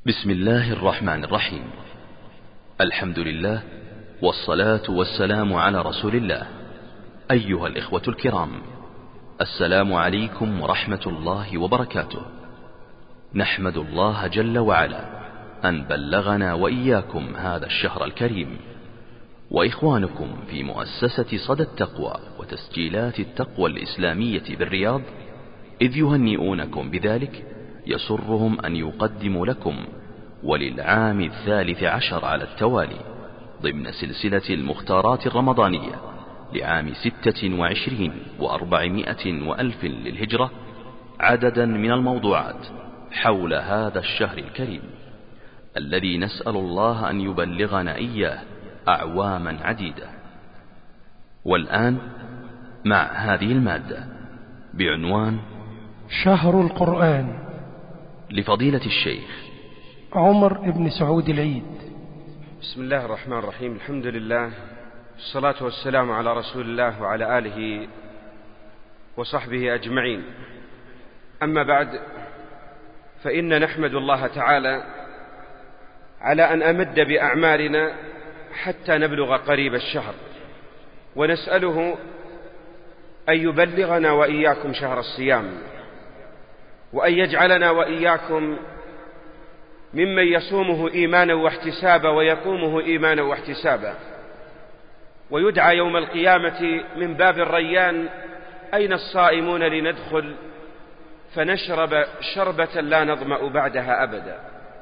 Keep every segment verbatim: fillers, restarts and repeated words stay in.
بسم الله الرحمن الرحيم. الحمد لله والصلاة والسلام على رسول الله. أيها الإخوة الكرام، السلام عليكم ورحمة الله وبركاته. نحمد الله جل وعلا أن بلغنا وإياكم هذا الشهر الكريم، وإخوانكم في مؤسسة صدى التقوى وتسجيلات التقوى الإسلامية بالرياض إذ يهنئونكم بذلك يسرهم أن يقدموا لكم وللعام الثالث عشر على التوالي ضمن سلسلة المختارات الرمضانية لعام ستة وعشرين وأربعمائة وألف للهجرة عددا من الموضوعات حول هذا الشهر الكريم الذي نسأل الله أن يبلغنا إياه أعواما عديدة. والآن مع هذه المادة بعنوان شهر القرآن لفضيلة الشيخ عمر بن سعود العيد. بسم الله الرحمن الرحيم. الحمد لله، الصلاة والسلام على رسول الله وعلى آله وصحبه أجمعين. أما بعد، فإن نحمد الله تعالى على أن أمد بأعمارنا حتى نبلغ قريب الشهر، ونسأله أن يبلغنا وإياكم شهر الصيام، وأن يجعلنا وإياكم ممن يصومه إيمانا واحتسابا ويقومه إيمانا واحتسابا، ويدعى يوم القيامة من باب الريان: أين الصائمون لندخل فنشرب شربة لا نظمأ بعدها أبدا.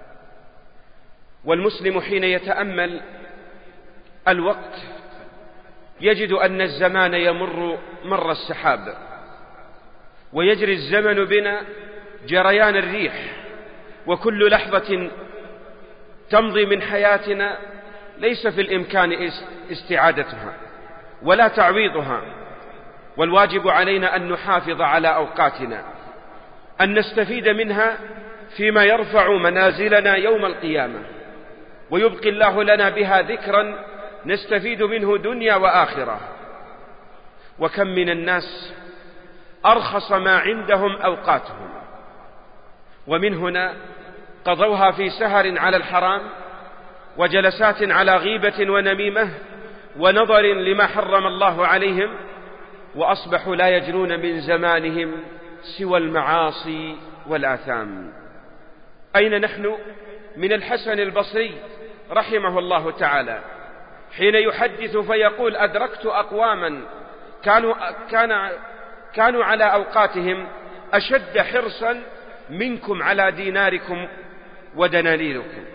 والمسلم حين يتأمل الوقت يجد أن الزمان يمر مر السحاب، ويجري الزمن بنا جريان الريح، وكل لحظة تمضي من حياتنا ليس في الإمكان استعادتها ولا تعويضها. والواجب علينا أن نحافظ على أوقاتنا، أن نستفيد منها فيما يرفع منازلنا يوم القيامة، ويبقي الله لنا بها ذكرا نستفيد منه دنيا وآخرة. وكم من الناس أرخص ما عندهم أوقاتهم، ومن هنا قضوها في سهر على الحرام وجلسات على غيبة ونميمة ونظر لما حرم الله عليهم، وأصبحوا لا يجنون من زمانهم سوى المعاصي والآثام. أين نحن من الحسن البصري رحمه الله تعالى حين يحدث فيقول: أدركت أقواما كانوا, كان كانوا على أوقاتهم أشد حرصا منكم على ديناركم ودنانيركم.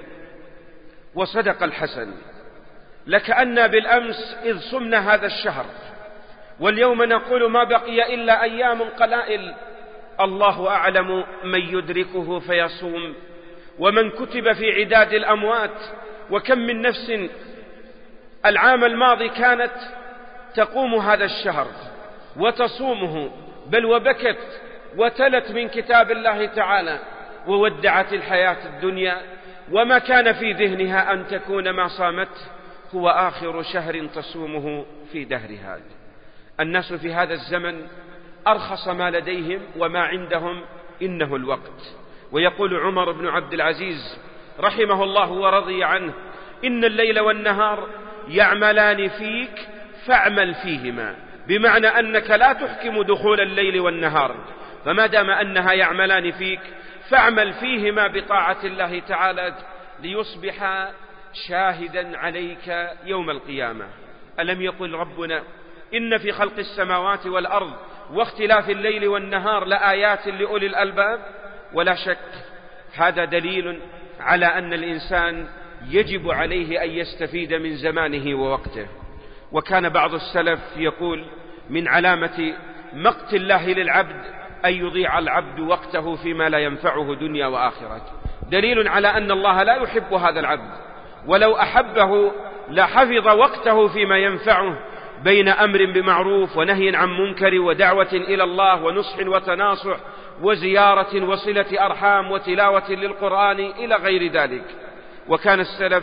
وصدق الحسن: لكأن بالأمس إذ صمنا هذا الشهر، واليوم نقول ما بقي إلا أيام قلائل، الله أعلم من يدركه فيصوم ومن كتب في عداد الأموات. وكم من نفس العام الماضي كانت تقوم هذا الشهر وتصومه، بل وبكت وتلت من كتاب الله تعالى وودعت الحياة الدنيا، وما كان في ذهنها أن تكون ما صامت هو آخر شهر تصومه في دهر هذا. الناس في هذا الزمن أرخص ما لديهم وما عندهم إنه الوقت. ويقول عمر بن عبد العزيز رحمه الله ورضي عنه: إن الليل والنهار يعملان فيك فاعمل فيهما، بمعنى أنك لا تحكم دخول الليل والنهار، فما دام أنها يعملان فيك فاعمل فيهما بطاعة الله تعالى ليصبح شاهدا عليك يوم القيامة. ألم يقل ربنا: إن في خلق السماوات والأرض واختلاف الليل والنهار لآيات لأولي الألباب؟ ولا شك هذا دليل على أن الإنسان يجب عليه أن يستفيد من زمانه ووقته. وكان بعض السلف يقول: من علامة مقت الله للعبد أن يضيع العبد وقته فيما لا ينفعه دنيا وآخرة. دليل على أن الله لا يحب هذا العبد، ولو أحبه لحفظ وقته فيما ينفعه بين أمر بمعروف ونهي عن منكر ودعوة إلى الله ونصح وتناصح وزيارة وصلة أرحام وتلاوة للقرآن إلى غير ذلك. وكان السلف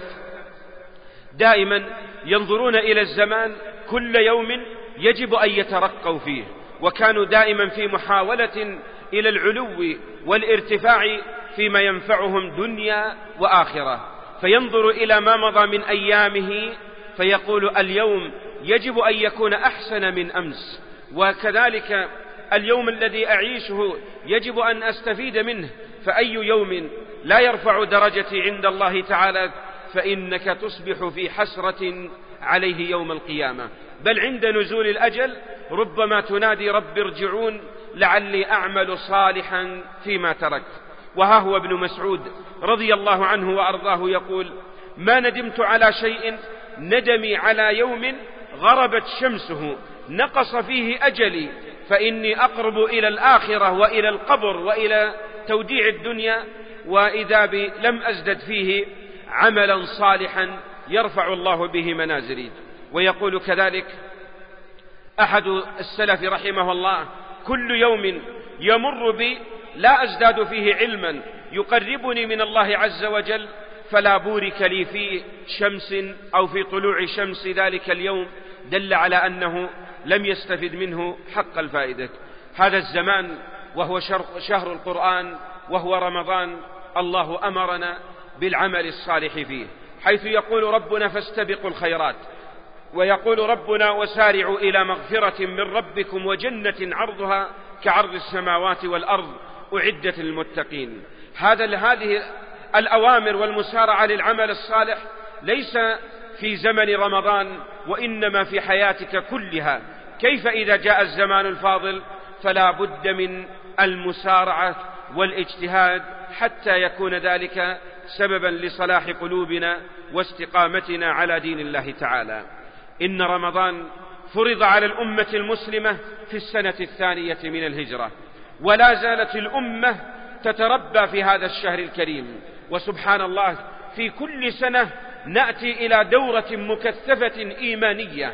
دائما ينظرون إلى الزمان كل يوم يجب أن يترقوا فيه، وكانوا دائما في محاولة إلى العلو والارتفاع فيما ينفعهم دنيا وآخرة، فينظر إلى ما مضى من أيامه فيقول اليوم يجب أن يكون أحسن من أمس، وكذلك اليوم الذي أعيشه يجب أن أستفيد منه، فأي يوم لا يرفع درجتي عند الله تعالى فإنك تصبح في حسرة عليه يوم القيامة، بل عند نزول الأجل ربما تنادي رب ارجعون لعلي أعمل صالحا فيما تركت. وها هو ابن مسعود رضي الله عنه وأرضاه يقول: ما ندمت على شيء ندمي على يوم غربت شمسه نقص فيه أجلي، فإني أقرب إلى الآخرة وإلى القبر وإلى توديع الدنيا، وإذا بي لم أزدد فيه عملا صالحا يرفع الله به منازلي. ويقول كذلك أحد السلف رحمه الله: كل يوم يمر بي لا أزداد فيه علما يقربني من الله عز وجل فلا بورك لي في شمس أو في طلوع شمس ذلك اليوم، دل على أنه لم يستفد منه حق الفائدة. هذا الزمان وهو شهر القرآن وهو رمضان، الله أمرنا بالعمل الصالح فيه، حيث يقول ربنا: فاستبقوا الخيرات، ويقول ربنا: وسارعوا إلى مغفرة من ربكم وجنة عرضها كعرض السماوات والأرض أعدت للمتقين. هذا هذه الأوامر والمسارعة للعمل الصالح ليس في زمن رمضان، وإنما في حياتك كلها. كيف إذا جاء الزمان الفاضل؟ فلا بد من المسارعة والاجتهاد حتى يكون ذلك سببا لصلاح قلوبنا واستقامتنا على دين الله تعالى. إن رمضان فرض على الأمة المسلمة في السنة الثانية من الهجرة، ولا زالت الأمة تتربى في هذا الشهر الكريم. وسبحان الله، في كل سنة نأتي إلى دورة مكثفة إيمانية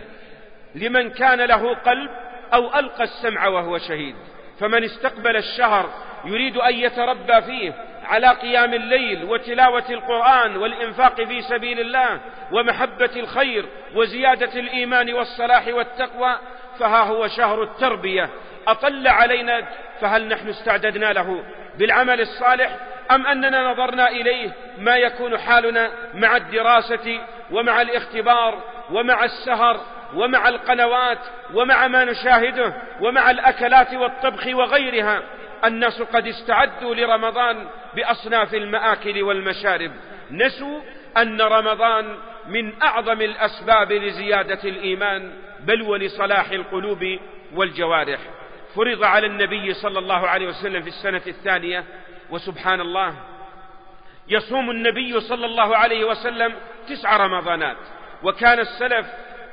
لمن كان له قلب أو ألقى السمع وهو شهيد. فمن استقبل الشهر يريد أن يتربى فيه على قيام الليل وتلاوة القرآن والإنفاق في سبيل الله ومحبة الخير وزيادة الإيمان والصلاح والتقوى، فها هو شهر التربية أطل علينا، فهل نحن استعددنا له بالعمل الصالح أم أننا نظرنا إليه ما يكون حالنا مع الدراسة ومع الاختبار ومع السهر ومع القنوات ومع ما نشاهده ومع الأكلات والطبخ وغيرها؟ الناس قد استعدوا لرمضان بأصناف المآكل والمشارب، نسوا أن رمضان من أعظم الأسباب لزيادة الإيمان بل ولصلاح القلوب والجوارح. فرض على النبي صلى الله عليه وسلم في السنة الثانية، وسبحان الله يصوم النبي صلى الله عليه وسلم تسع رمضانات، وكان السلف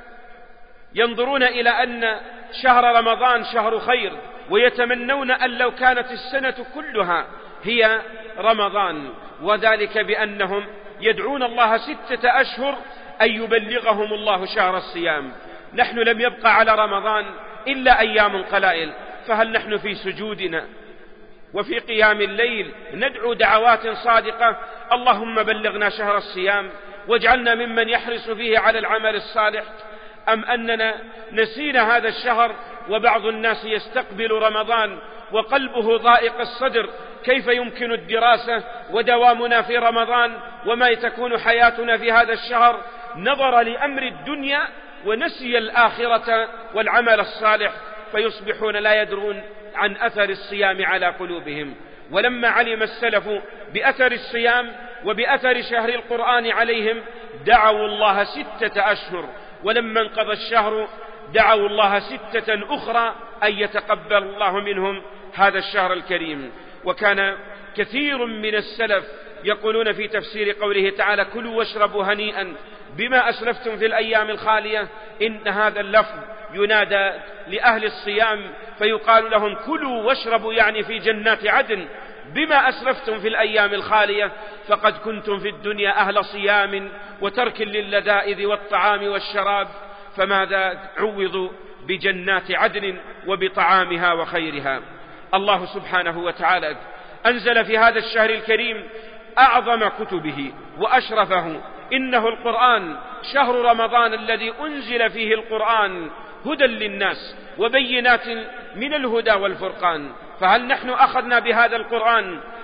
ينظرون إلى أن شهر رمضان شهر خير، ويتمنون أن لو كانت السنة كلها هي رمضان، وذلك بأنهم يدعون الله ستة أشهر أن يبلغهم الله شهر الصيام. نحن لم يبقى على رمضان إلا أيام قلائل، فهل نحن في سجودنا وفي قيام الليل ندعو دعوات صادقة: اللهم بلغنا شهر الصيام واجعلنا ممن يحرص فيه على العمل الصالح، أم أننا نسينا هذا الشهر؟ وبعض الناس يستقبل رمضان وقلبه ضائق الصدر: كيف يمكن الدراسة ودوامنا في رمضان وما تكون حياتنا في هذا الشهر؟ نظر لأمر الدنيا ونسي الآخرة والعمل الصالح، فيصبحون لا يدرون عن أثر الصيام على قلوبهم. ولما علم السلف بأثر الصيام وبأثر شهر القرآن عليهم دعوا الله ستة أشهر، ولما انقضى الشهر دعوا الله ستة أخرى أن يتقبل الله منهم هذا الشهر الكريم. وكان كثير من السلف يقولون في تفسير قوله تعالى: كلوا واشربوا هنيئا بما أسلفتم في الأيام الخالية، إن هذا اللفظ ينادى لأهل الصيام فيقال لهم: كلوا واشربوا، يعني في جنات عدن، بما أسلفتم في الأيام الخالية، فقد كنتم في الدنيا أهل صيام وترك للذائذ والطعام والشراب، فماذا عوضوا بجنات عدن وبطعامها وخيرها. الله سبحانه وتعالى أنزل في هذا الشهر الكريم أعظم كتبه وأشرفه، إنه القرآن، شهر رمضان الذي أنزل فيه القرآن هدى للناس وبينات من الهدى والفرقان. فهل نحن أخذنا بهذا القرآن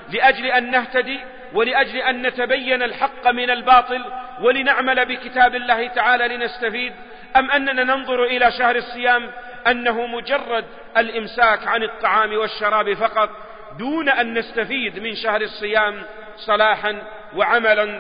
لأجل أن نهتدي ولأجل أن نتبين الحق من الباطل ولنعمل بكتاب الله تعالى لنستفيد، أم أننا ننظر إلى شهر الصيام أنه مجرد الإمساك عن الطعام والشراب فقط دون أن نستفيد من شهر الصيام صلاحا وعملا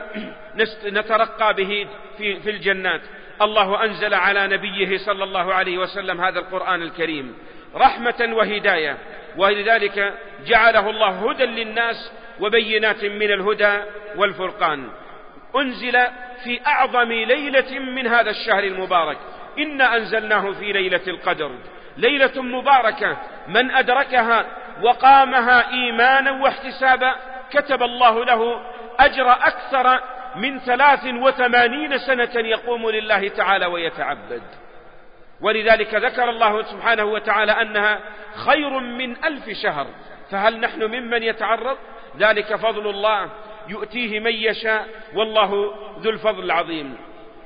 نترقى به في, في الجنات؟ الله أنزل على نبيه صلى الله عليه وسلم هذا القرآن الكريم رحمة وهداية، ولذلك جعله الله هدى للناس وبينات من الهدى والفرقان. أنزل في أعظم ليلة من هذا الشهر المبارك، إنا أنزلناه في ليلة القدر، ليلة مباركة من أدركها وقامها إيمانا واحتسابا كتب الله له أجر أكثر من ثلاث وثمانين سنة يقوم لله تعالى ويتعبد. ولذلك ذكر الله سبحانه وتعالى أنها خير من ألف شهر، فهل نحن ممن يتعرض؟ ذلك فضل الله يؤتيه من يشاء والله ذو الفضل العظيم.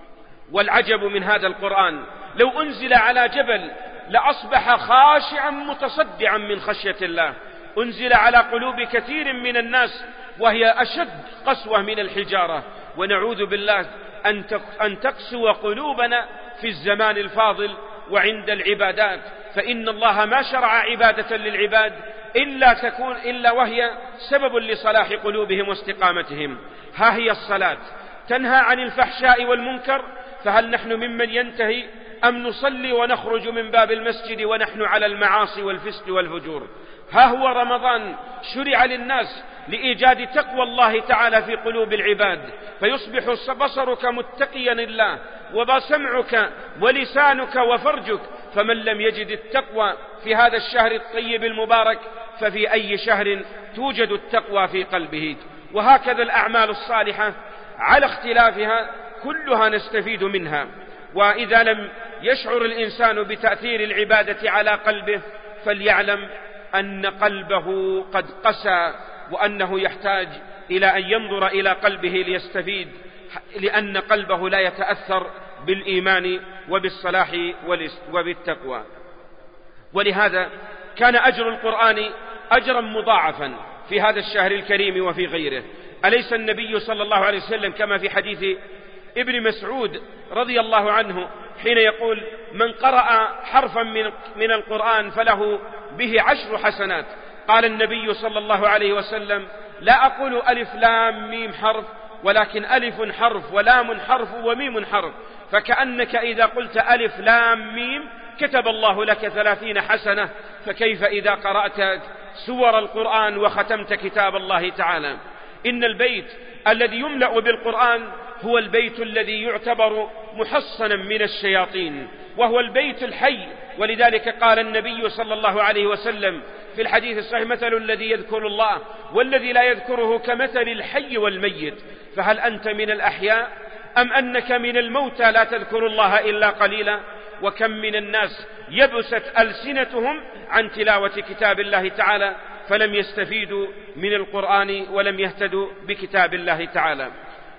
والعجب من هذا القرآن لو أنزل على جبل لأصبح خاشعا متصدعا من خشية الله. أنزل على قلوب كثير من الناس وهي أشد قسوة من الحجارة، ونعوذ بالله أن تقسو قلوبنا في الزمان الفاضل وعند العبادات، فإن الله ما شرع عبادة للعباد إلا تكون إلا وهي سبب لصلاح قلوبهم واستقامتهم. ها هي الصلاة تنهى عن الفحشاء والمنكر، فهل نحن ممن ينتهي أم نصلي ونخرج من باب المسجد ونحن على المعاصي والفسق والفجور؟ ها هو رمضان شرع للناس لإيجاد تقوى الله تعالى في قلوب العباد، فيصبح بصرك متقيا لله وبسمعك ولسانك وفرجك، فمن لم يجد التقوى في هذا الشهر الطيب المبارك ففي أي شهر توجد التقوى في قلبه؟ وهكذا الأعمال الصالحة على اختلافها كلها نستفيد منها. وإذا لم يشعر الإنسان بتأثير العبادة على قلبه فليعلم أن قلبه قد قسى، وأنه يحتاج إلى أن ينظر إلى قلبه ليستفيد، لأن قلبه لا يتأثر بالإيمان وبالصلاح وبالتقوى. ولهذا كان أجر القرآن أجرا مضاعفا في هذا الشهر الكريم وفي غيره. أليس النبي صلى الله عليه وسلم كما في حديث ابن مسعود رضي الله عنه حين يقول: من قرأ حرفا من, من القرآن فله به عشر حسنات. قال النبي صلى الله عليه وسلم: لا أقول ألف لام ميم حرف، ولكن ألف حرف ولام حرف وميم حرف، فكأنك إذا قلت ألف لام ميم كتب الله لك ثلاثين حسنة، فكيف إذا قرأت سور القرآن وختمت كتاب الله تعالى؟ إن البيت الذي يملأ بالقرآن هو البيت الذي يعتبر محصنا من الشياطين، وهو البيت الحي. ولذلك قال النبي صلى الله عليه وسلم في الحديث الصحيح: مثل الذي يذكر الله والذي لا يذكره كمثل الحي والميت. فهل أنت من الأحياء أم أنك من الموتى لا تذكر الله إلا قليلا؟ وكم من الناس يبست ألسنتهم عن تلاوة كتاب الله تعالى فلم يستفيدوا من القرآن ولم يهتدوا بكتاب الله تعالى.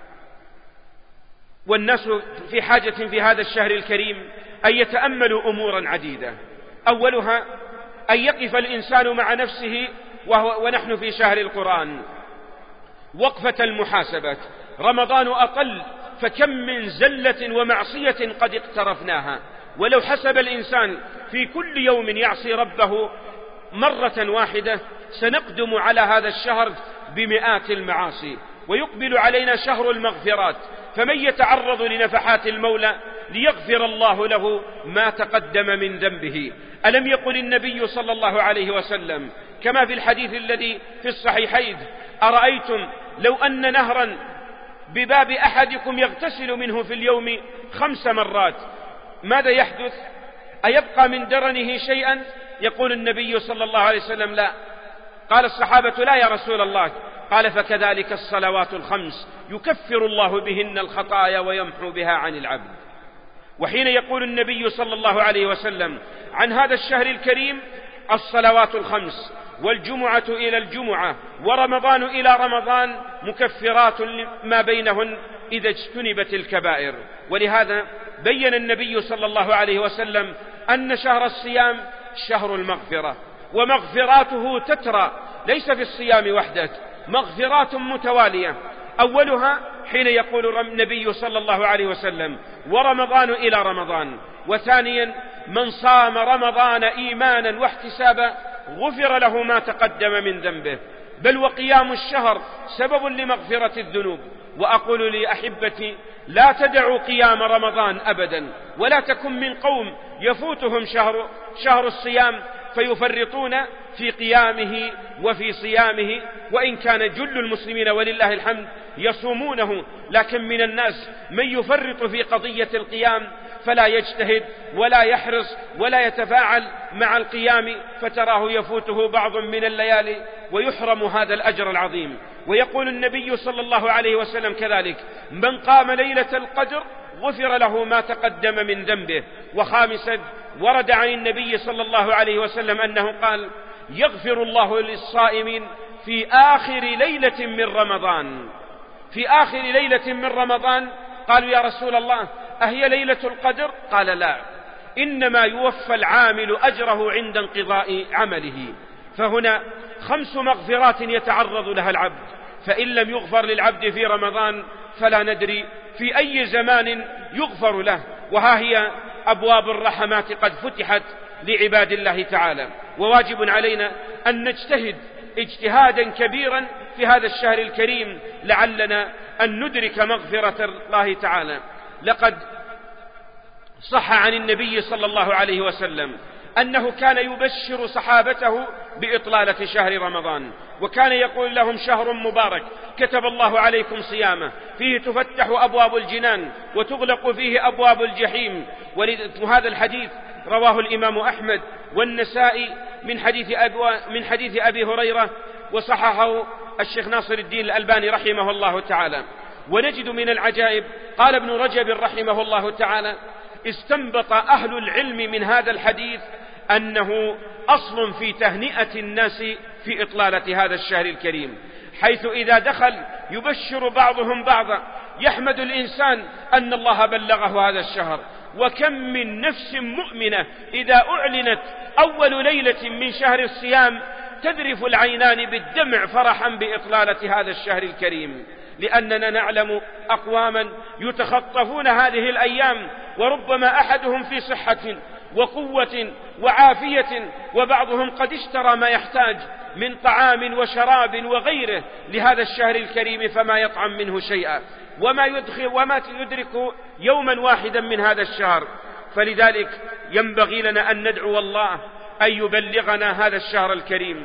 والناس في حاجة في هذا الشهر الكريم أن يتأملوا أمورا عديدة. أولها أن يقف الإنسان مع نفسه وهو ونحن في شهر القرآن وقفة المحاسبة. رمضان أقل، فكم من زلة ومعصية قد اقترفناها، ولو حسب الإنسان في كل يوم يعصي ربه مرة واحدة سنقدم على هذا الشهر بمئات المعاصي. ويقبل علينا شهر المغفرات، فمن يتعرض لنفحات المولى ليغفر الله له ما تقدم من ذنبه. ألم يقل النبي صلى الله عليه وسلم كما في الحديث الذي في الصحيحين: أرأيتم لو أن نهرا بباب أحدكم يغتسل منه في اليوم خمس مرات ماذا يحدث؟ أيبقى من درنه شيئا؟ يقول النبي صلى الله عليه وسلم: لا. قال الصحابة: لا يا رسول الله. قال: فكذلك الصلوات الخمس يكفر الله بهن الخطايا ويمحو بها عن العبد. وحين يقول النبي صلى الله عليه وسلم عن هذا الشهر الكريم: الصلوات الخمس والجمعة إلى الجمعة ورمضان إلى رمضان مكفرات ما بينهن إذا اجتنبت الكبائر. ولهذا بين النبي صلى الله عليه وسلم أن شهر الصيام شهر المغفرة، ومغفراته تترى ليس في الصيام وحده، مغفرات متوالية. أولها حين يقول النبي صلى الله عليه وسلم: ورمضان إلى رمضان. وثانيا: من صام رمضان إيمانا واحتسابا غفر له ما تقدم من ذنبه. بل وقيام الشهر سبب لمغفرة الذنوب. وأقول لأحبتي: لا تدعوا قيام رمضان أبدا، ولا تكن من قوم يفوتهم شهر, شهر الصيام فيفرطون في قيامه وفي صيامه، وإن كان جل المسلمين ولله الحمد يصومونه، لكن من الناس من يفرط في قضية القيام فلا يجتهد ولا يحرص ولا يتفاعل مع القيام، فتراه يفوته بعض من الليالي ويحرم هذا الأجر العظيم. ويقول النبي صلى الله عليه وسلم كذلك: من قام ليلة القدر غفر له ما تقدم من ذنبه. وخامسا: ورد عن النبي صلى الله عليه وسلم أنه قال: يغفر الله للصائمين في آخر ليلة من رمضان. في آخر ليلة من رمضان. قالوا: يا رسول الله، أهي ليلة القدر؟ قال: لا، إنما يوفى العامل أجره عند انقضاء عمله. فهنا خمس مغفرات يتعرض لها العبد، فإن لم يغفر للعبد في رمضان فلا ندري في أي زمان يغفر له. وها هي أبواب الرحمات قد فتحت لعباد الله تعالى، وواجب علينا أن نجتهد اجتهادا كبيرا في هذا الشهر الكريم لعلنا أن ندرك مغفرة الله تعالى. لقد صح عن النبي صلى الله عليه وسلم أنه كان يبشر صحابته بإطلالة شهر رمضان، وكان يقول لهم: شهر مبارك كتب الله عليكم صيامه، فيه تفتح أبواب الجنان وتغلق فيه أبواب الجحيم. وهذا الحديث رواه الإمام أحمد والنسائي من حديث أبي, من حديث أبي هريرة، وصححه الشيخ ناصر الدين الألباني رحمه الله تعالى. ونجد من العجائب، قال ابن رجب رحمه الله تعالى: استنبط أهل العلم من هذا الحديث أنه أصل في تهنئة الناس في إطلالة هذا الشهر الكريم، حيث إذا دخل يبشر بعضهم بعضا. يحمد الإنسان أن الله بلغه هذا الشهر. وكم من نفس مؤمنة إذا أعلنت أول ليلة من شهر الصيام تذرف العينان بالدمع فرحا بإطلالة هذا الشهر الكريم، لأننا نعلم أقواما يتخطفون هذه الأيام، وربما أحدهم في صحة وقوة وعافية، وبعضهم قد اشترى ما يحتاج من طعام وشراب وغيره لهذا الشهر الكريم فما يطعم منه شيئا، وما يدخل وما يدرك يوما واحدا من هذا الشهر. فلذلك ينبغي لنا أن ندعو الله أن يبلغنا هذا الشهر الكريم.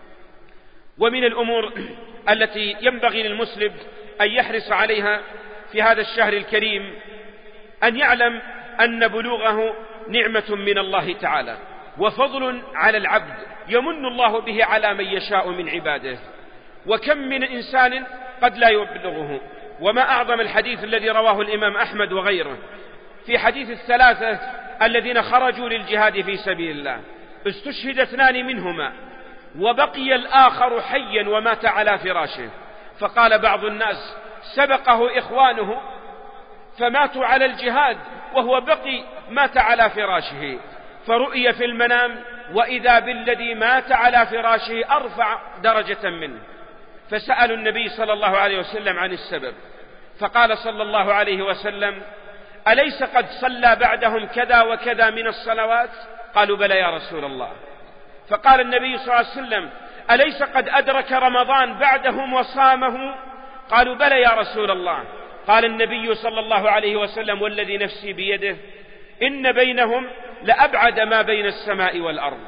ومن الأمور التي ينبغي للمسلم أن يحرص عليها في هذا الشهر الكريم أن يعلم أن بلوغه نعمة من الله تعالى وفضل على العبد يمن الله به على من يشاء من عباده. وكم من إنسان قد لا يبلغه. وما أعظم الحديث الذي رواه الإمام أحمد وغيره في حديث الثلاثة الذين خرجوا للجهاد في سبيل الله، استشهد اثنان منهما وبقي الآخر حيا ومات على فراشه. فقال بعض الناس: سبقه إخوانه فماتوا على الجهاد وهو بقي مات على فراشه. فرؤي في المنام وإذا بالذي مات على فراشه أرفع درجة منه، فسألوا النبي صلى الله عليه وسلم عن السبب، فقال صلى الله عليه وسلم: أليس قد صلى بعدهم كذا وكذا من الصلوات؟ قالوا: بلى يا رسول الله. فقال النبي صلى الله عليه وسلم: أليس قد أدرك رمضان بعدهم وصامه؟ قالوا: بلى يا رسول الله. قال النبي صلى الله عليه وسلم: والذي نفسي بيده إن بينهم لأبعد ما بين السماء والأرض.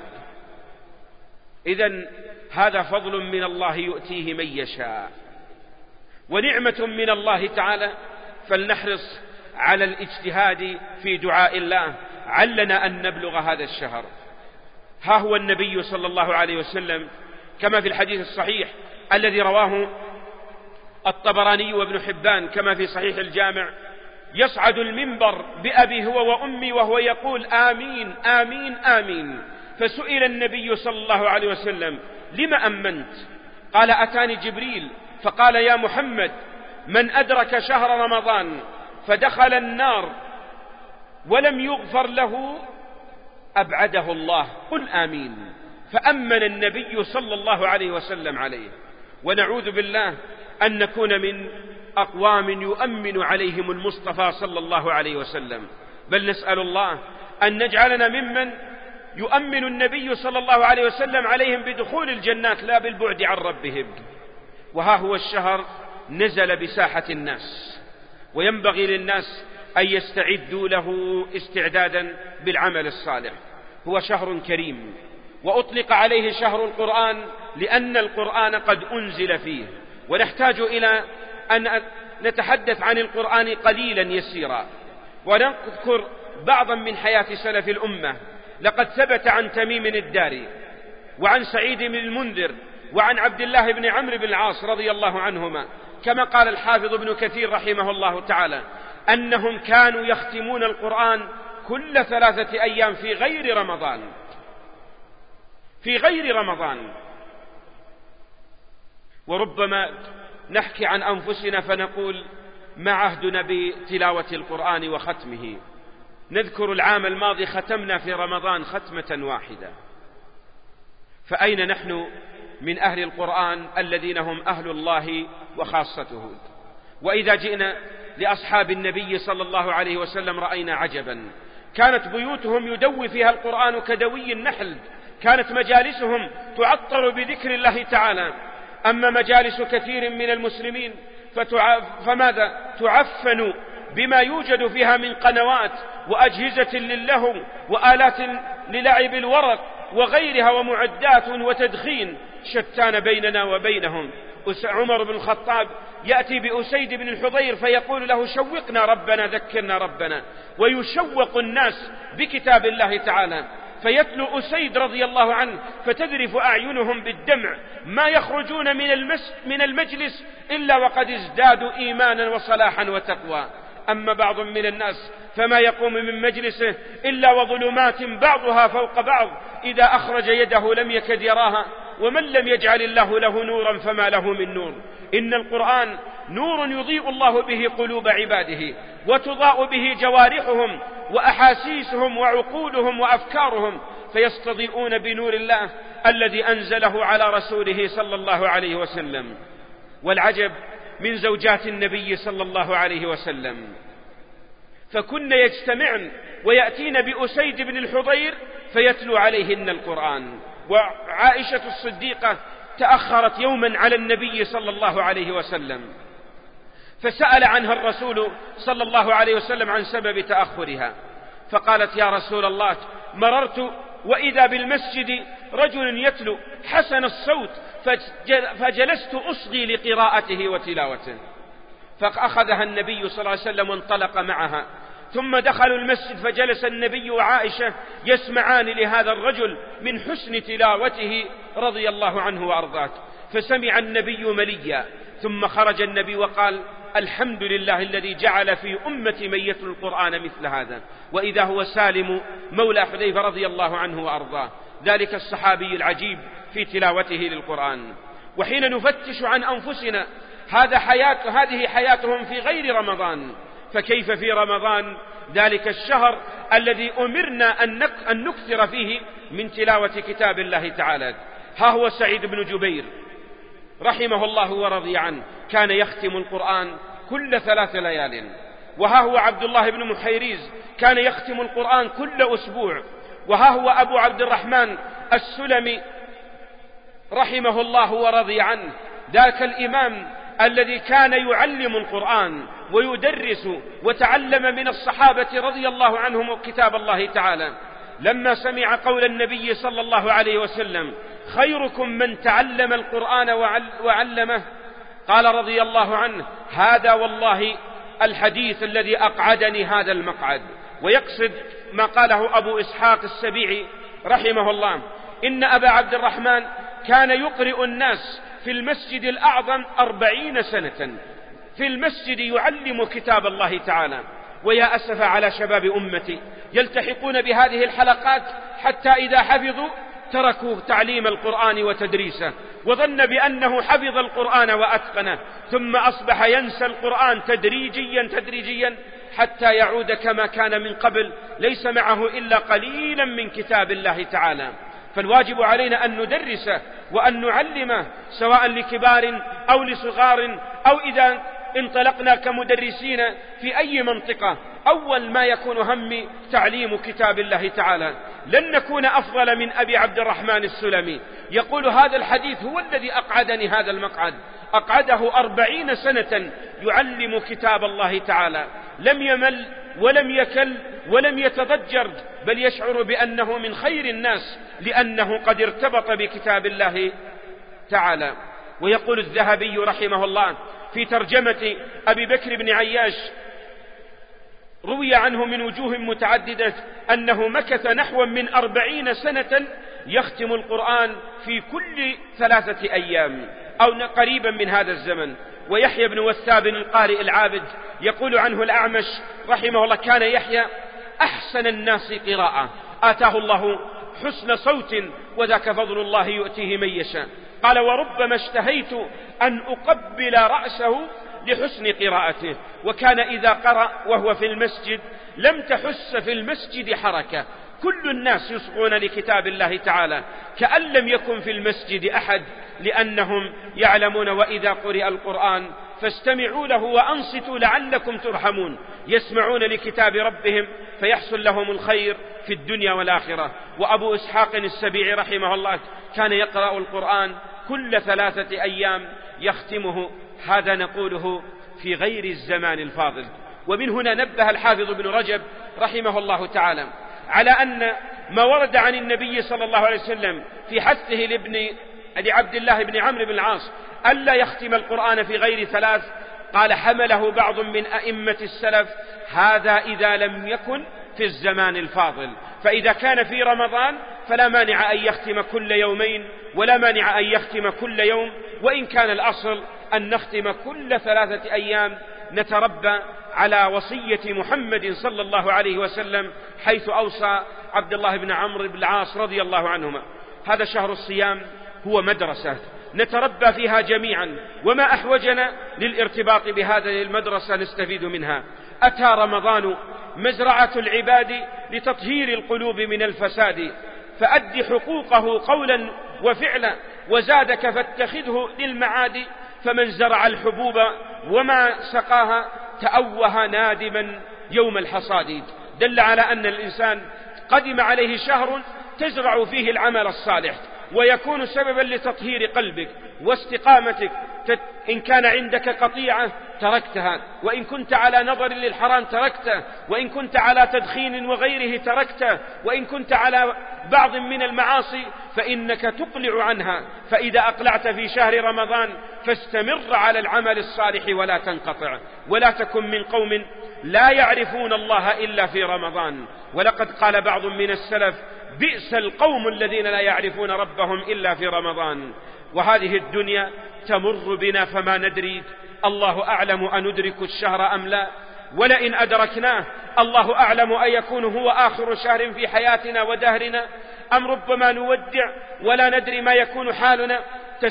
إذن هذا فضل من الله يؤتيه من يشاء ونعمة من الله تعالى، فلنحرص على الاجتهاد في دعاء الله علنا أن نبلغ هذا الشهر. ها هو النبي صلى الله عليه وسلم كما في الحديث الصحيح الذي رواه الطبراني وابن حبان كما في صحيح الجامع: يصعد المنبر بأبي هو وأمي وهو يقول: آمين آمين آمين. فسئل النبي صلى الله عليه وسلم: لم أمنت؟ قال: أتاني جبريل فقال: يا محمد، من أدرك شهر رمضان فدخل النار ولم يغفر له أبعده الله، قل آمين. فأمن النبي صلى الله عليه وسلم عليه. ونعوذ بالله أن نكون من أقوام يؤمن عليهم المصطفى صلى الله عليه وسلم، بل نسأل الله أن نجعلنا ممن يؤمن النبي صلى الله عليه وسلم عليهم بدخول الجنات لا بالبعد عن ربهم. وها هو الشهر نزل بساحة الناس، وينبغي للناس أن يستعدوا له استعدادا بالعمل الصالح. هو شهر كريم، وأطلق عليه شهر القرآن لأن القرآن قد أنزل فيه، ونحتاج إلى أن نتحدث عن القرآن قليلا يسيرا، ونذكر بعضا من حياة سلف الأمة. لقد ثبت عن تميم الداري وعن سعيد بن المنذر وعن عبد الله بن عمرو بن العاص رضي الله عنهما، كما قال الحافظ ابن كثير رحمه الله تعالى، أنهم كانوا يختمون القرآن كل ثلاثة أيام في غير رمضان في غير رمضان. وربما نحكي عن أنفسنا فنقول ما عهدنا بتلاوة القرآن وختمه. نذكر العام الماضي ختمنا في رمضان ختمة واحدة، فأين نحن من أهل القرآن الذين هم أهل الله وخاصته؟ وإذا جئنا لأصحاب النبي صلى الله عليه وسلم رأينا عجبا، كانت بيوتهم يدوي فيها القرآن كدوي النحل، كانت مجالسهم تعطر بذكر الله تعالى. أما مجالس كثير من المسلمين فتع... فماذا تعفن بما يوجد فيها من قنوات وأجهزة للهو وآلات للعب الورق وغيرها ومعدات وتدخين، شتان بيننا وبينهم. عمر بن الخطاب يأتي بأسيد بن الحضير فيقول له شوقنا ربنا ذكرنا ربنا، ويشوق الناس بكتاب الله تعالى، فيتلو أسيد رضي الله عنه فتذرف أعينهم بالدمع، ما يخرجون من, المس من المجلس إلا وقد ازدادوا إيمانا وصلاحا وتقوى. أما بعض من الناس فما يقوم من مجلسه إلا وظلمات بعضها فوق بعض، إذا أخرج يده لم يكد يراها، ومن لم يجعل الله له نورا فما له من نور. إن القرآن نور يضيء الله به قلوب عباده، وتضاء به جوارحهم وأحاسيسهم وعقولهم وأفكارهم، فيستضيئون بنور الله الذي أنزله على رسوله صلى الله عليه وسلم. والعجب من زوجات النبي صلى الله عليه وسلم، فكن يجتمعن ويأتين بأسيد بن الحضير فيتلو عليهن القرآن. وعائشة الصديقة تأخرت يوما على النبي صلى الله عليه وسلم، فسأل عنها الرسول صلى الله عليه وسلم عن سبب تأخرها، فقالت يا رسول الله مررت وإذا بالمسجد رجل يتلو حسن الصوت فجلست أصغي لقراءته وتلاوته، فأخذها النبي صلى الله عليه وسلم وانطلق معها، ثم دخلوا المسجد فجلس النبي وعائشة يسمعان لهذا الرجل من حسن تلاوته رضي الله عنه وأرضاه، فسمع النبي مليا، ثم خرج النبي وقال الحمد لله الذي جعل في أمة من يتلو القرآن مثل هذا. وإذا هو سالم مولى حذيفة رضي الله عنه وأرضاه، ذلك الصحابي العجيب في تلاوته للقرآن. وحين نفتش عن أنفسنا هذا حياة هذه حياتهم في غير رمضان، فكيف في رمضان ذلك الشهر الذي أمرنا أن نكثر فيه من تلاوة كتاب الله تعالى؟ ها هو سعيد بن جبير رحمه الله ورضي عنه كان يختم القرآن كل ثلاث ليال. وها هو عبد الله بن محيريز كان يختم القرآن كل أسبوع. وها هو أبو عبد الرحمن السلمي رحمه الله ورضي عنه، ذاك الإمام الذي كان يعلم القرآن ويدرس وتعلم من الصحابة رضي الله عنهم كتاب الله تعالى، لما سمع قول النبي صلى الله عليه وسلم خيركم من تعلم القرآن وعلمه، قال رضي الله عنه هذا والله الحديث الذي أقعدني هذا المقعد. ويقصد ما قاله أبو إسحاق السبيعي رحمه الله، إن أبا عبد الرحمن كان يقرئ الناس في المسجد الأعظم أربعين سنة في المسجد يعلم كتاب الله تعالى. ويا أسف على شباب أمتي يلتحقون بهذه الحلقات حتى إذا حفظوا تركوا تعليم القرآن وتدريسه، وظن بأنه حفظ القرآن وأتقنه، ثم أصبح ينسى القرآن تدريجيا تدريجيا حتى يعود كما كان من قبل، ليس معه إلا قليلا من كتاب الله تعالى. فالواجب علينا أن ندرسه وأن نعلمه سواء لكبار أو لصغار، أو إذا انطلقنا كمدرسين في أي منطقة أول ما يكون همي تعليم كتاب الله تعالى. لن نكون أفضل من أبي عبد الرحمن السلمي، يقول هذا الحديث هو الذي أقعدني هذا المقعد، أقعده أربعين سنة يعلم كتاب الله تعالى، لم يمل ولم يكل ولم يتضجر، بل يشعر بأنه من خير الناس لأنه قد ارتبط بكتاب الله تعالى. ويقول الذهبي رحمه الله في ترجمة أبي بكر بن عياش، روي عنه من وجوه متعددة أنه مكث نحو من أربعين سنة يختم القرآن في كل ثلاثة أيام أو قريبا من هذا الزمن. ويحيى بن وثاب القارئ العابد يقول عنه الأعمش رحمه الله: كان يحيى أحسن الناس قراءة، آتاه الله حسن صوت وذاك فضل الله يؤتيه من يشاء. قال: وربما اشتهيت أن أقبل رأسه لحسن قراءته. وكان إذا قرأ وهو في المسجد لم تحس في المسجد حركة، كل الناس يصغون لكتاب الله تعالى كأن لم يكن في المسجد أحد، لأنهم يعلمون وإذا قرئ القرآن فاستمعوا له وأنصتوا لعلكم ترحمون، يسمعون لكتاب ربهم فيحصل لهم الخير في الدنيا والآخرة. وأبو إسحاق السبيعي رحمه الله كان يقرأ القرآن كل ثلاثة أيام يختمه. هذا نقوله في غير الزمان الفاضل. ومن هنا نبه الحافظ ابن رجب رحمه الله تعالى على أن ما ورد عن النبي صلى الله عليه وسلم في حثه لابن لعبد الله بن عمرو بن العاص ألا يختم القرآن في غير ثلاث، قال: حمله بعض من أئمة السلف هذا إذا لم يكن في الزمان الفاضل، فإذا كان في رمضان فلا مانع أن يختم كل يومين ولا مانع أن يختم كل يوم، وإن كان الأصل أن نختم كل ثلاثة أيام نتربى على وصية محمد صلى الله عليه وسلم حيث أوصى عبد الله بن عمرو بن العاص رضي الله عنهما. هذا شهر الصيام هو مدرسة نتربى فيها جميعا، وما أحوجنا للارتباط بهذه المدرسة نستفيد منها. أتى رمضان مزرعة العباد لتطهير القلوب من الفساد، فأد حقوقه قولا وفعلا، وزادك فاتخذه للمعاد. فمن زرع الحبوب وما سقاها تأوه نادما يوم الحصاد. دل على أن الإنسان قدم عليه شهر تزرع فيه العمل الصالح، ويكون سببا لتطهير قلبك واستقامتك. إن كان عندك قطيعة تركتها، وإن كنت على نظر للحرام تركته، وإن كنت على تدخين وغيره تركته، وإن كنت على بعض من المعاصي فإنك تقلع عنها. فإذا أقلعت في شهر رمضان فاستمر على العمل الصالح ولا تنقطع، ولا تكن من قوم لا يعرفون الله إلا في رمضان. ولقد قال بعض من السلف: بئس القوم الذين لا يعرفون ربهم إلا في رمضان. وهذه الدنيا تمر بنا فما ندري، الله أعلم أندرك الشهر أم لا، ولئن أدركناه الله أعلم أن يكون هو آخر شهر في حياتنا ودهرنا، أم ربما نودع ولا ندري ما يكون حالنا.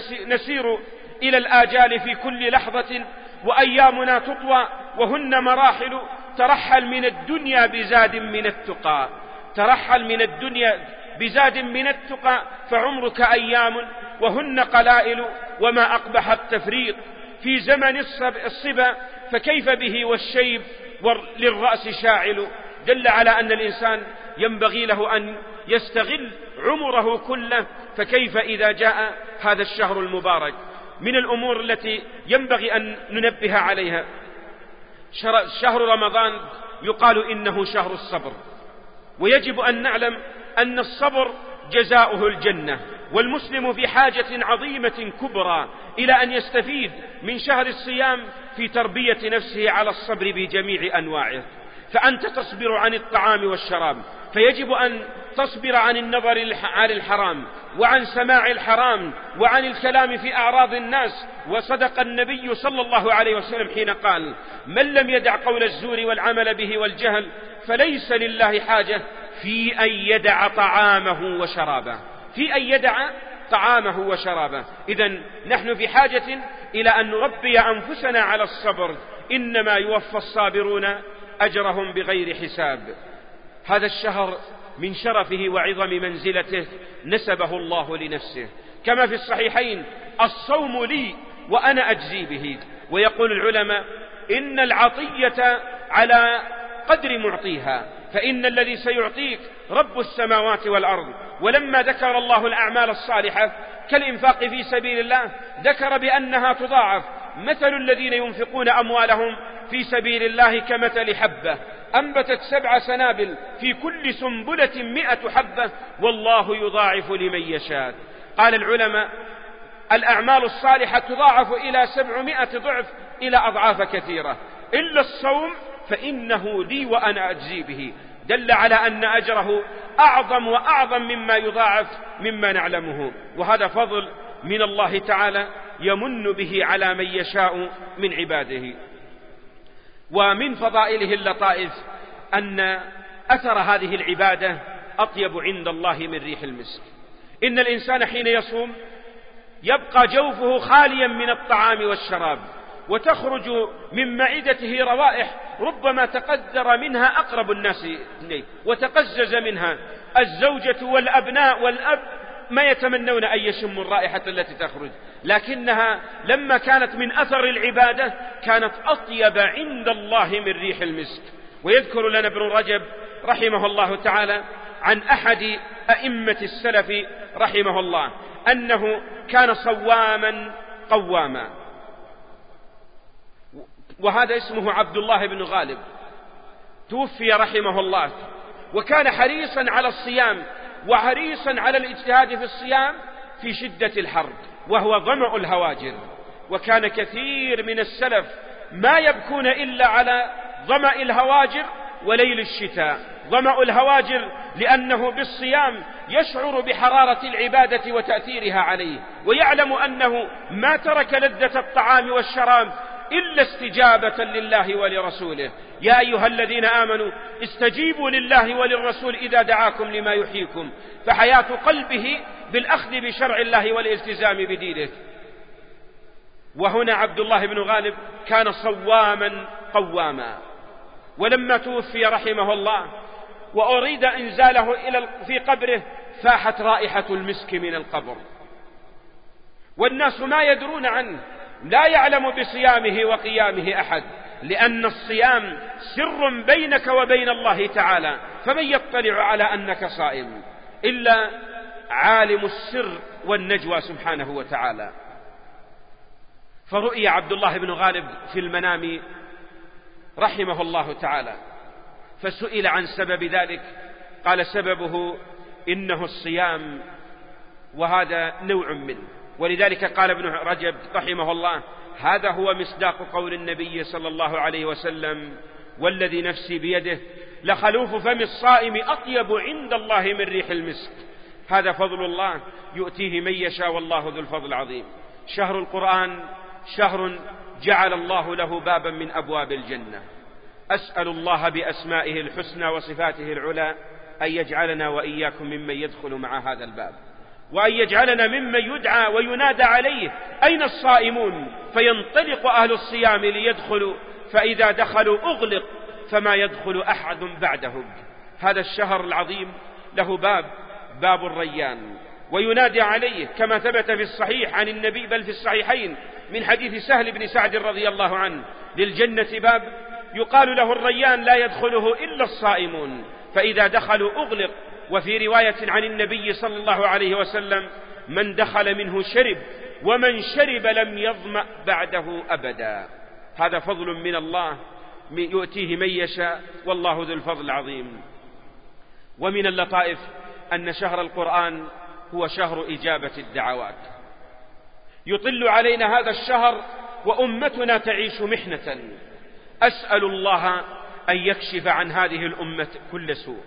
نسير إلى الآجال في كل لحظة، وأيامنا تطوى وهن مراحل. ترحل من الدنيا بزاد من التقى، ترحل من الدنيا بزاد من التقى، فعمرك أيام وهن قلائل. وما أقبح التفريط في زمن الصبا، فكيف به والشيب للرأس شاعل. دل على أن الإنسان ينبغي له أن يستغل عمره كله، فكيف إذا جاء هذا الشهر المبارك. من الأمور التي ينبغي أن ننبه عليها، شهر رمضان يقال إنه شهر الصبر، ويجب أن نعلم أن الصبر جزاؤه الجنة. والمسلم في حاجة عظيمة كبرى إلى أن يستفيد من شهر الصيام في تربية نفسه على الصبر بجميع أنواعه. فأنت تصبر عن الطعام والشراب، فيجب أن تصبر عن النظر على الحرام وعن سماع الحرام وعن الكلام في أعراض الناس. وصدق النبي صلى الله عليه وسلم حين قال: من لم يدع قول الزور والعمل به والجهل فليس لله حاجة في أن يدع طعامه وشرابه، في أن يدع طعامه وشرابه. إذن نحن في حاجة إلى أن نربي أنفسنا على الصبر، إنما يوفى الصابرون أجرهم بغير حساب. هذا الشهر من شرفه وعظم منزلته نسبه الله لنفسه، كما في الصحيحين: الصوم لي وأنا أجزي به. ويقول العلماء: إن العطية على قدر معطيها، فإن الذي سيعطيك رب السماوات والأرض. ولما ذكر الله الأعمال الصالحة كالإنفاق في سبيل الله ذكر بأنها تضاعف. مثل الذين ينفقون أموالهم في سبيل الله كمثل حبة أنبتت سبع سنابل في كل سنبلة مئة حبة والله يضاعف لمن يشاء. قال العلماء: الأعمال الصالحة تضاعف إلى سبعمائة ضعف، إلى أضعاف كثيرة، إلا الصوم فإنه لي وأنا أجزي به. دل على أن أجره أعظم وأعظم مما يضاعف مما نعلمه، وهذا فضل من الله تعالى يمن به على من يشاء من عباده. ومن فضائله اللطائف أن أثر هذه العبادة أطيب عند الله من ريح المسك. إن الإنسان حين يصوم يبقى جوفه خاليا من الطعام والشراب، وتخرج من معدته روائح ربما تقدر منها أقرب الناس إليه وتقزز منها. الزوجة والأبناء والأب ما يتمنون أن يشموا الرائحة التي تخرج، لكنها لما كانت من أثر العبادة كانت أطيب عند الله من ريح المسك. ويذكر لنا ابن رجب رحمه الله تعالى عن أحد أئمة السلف رحمه الله أنه كان صواما قواما، وهذا اسمه عبد الله بن غالب، توفي رحمه الله، وكان حريصا على الصيام وحريصا على الاجتهاد في الصيام في شدة الحر وهو ظمأ الهواجر. وكان كثير من السلف ما يبكون إلا على ظمأ الهواجر وليل الشتاء. ظمأ الهواجر لأنه بالصيام يشعر بحرارة العبادة وتأثيرها عليه، ويعلم أنه ما ترك لذة الطعام والشراب إلا استجابة لله ولرسوله. يا أيها الذين آمنوا استجيبوا لله وللرسول إذا دعاكم لما يحييكم، فحياة قلبه بالأخذ بشرع الله والالتزام بدينه. وهنا عبد الله بن غالب كان صواما قواما، ولما توفي رحمه الله وأريد إنزاله إلى في قبره فاحت رائحة المسك من القبر، والناس ما يدرون عنه، لا يعلم بصيامه وقيامه أحد، لأن الصيام سر بينك وبين الله تعالى، فمن يطلع على أنك صائم إلا عالم السر والنجوى سبحانه وتعالى. فرؤي عبد الله بن غالب في المنام رحمه الله تعالى، فسئل عن سبب ذلك قال: سببه إنه الصيام، وهذا نوع منه. ولذلك قال ابن رجب رحمه الله: هذا هو مصداق قول النبي صلى الله عليه وسلم: والذي نفسي بيده لخلوف فم الصائم أطيب عند الله من ريح المسك. هذا فضل الله يؤتيه من يشاء والله ذو الفضل العظيم. شهر القرآن شهر جعل الله له بابا من أبواب الجنة. أسأل الله بأسمائه الحسنى وصفاته العلى أن يجعلنا وإياكم ممن يدخل مع هذا الباب، وأن يجعلنا ممن يدعى وينادى عليه: أين الصائمون؟ فينطلق أهل الصيام ليدخلوا، فإذا دخلوا أغلق فما يدخل أحد بعدهم. هذا الشهر العظيم له باب، باب الريان، وينادى عليه كما ثبت في الصحيح عن النبي، بل في الصحيحين من حديث سهل بن سعد رضي الله عنه: للجنة باب يقال له الريان لا يدخله إلا الصائمون، فإذا دخلوا أغلق. وفي رواية عن النبي صلى الله عليه وسلم: من دخل منه شرب، ومن شرب لم يظمأ بعده أبدا. هذا فضل من الله يؤتيه من يشاء والله ذو الفضل العظيم. ومن اللطائف أن شهر القرآن هو شهر إجابة الدعوات. يطل علينا هذا الشهر وأمتنا تعيش محنة، أسأل الله أن يكشف عن هذه الأمة كل سوء،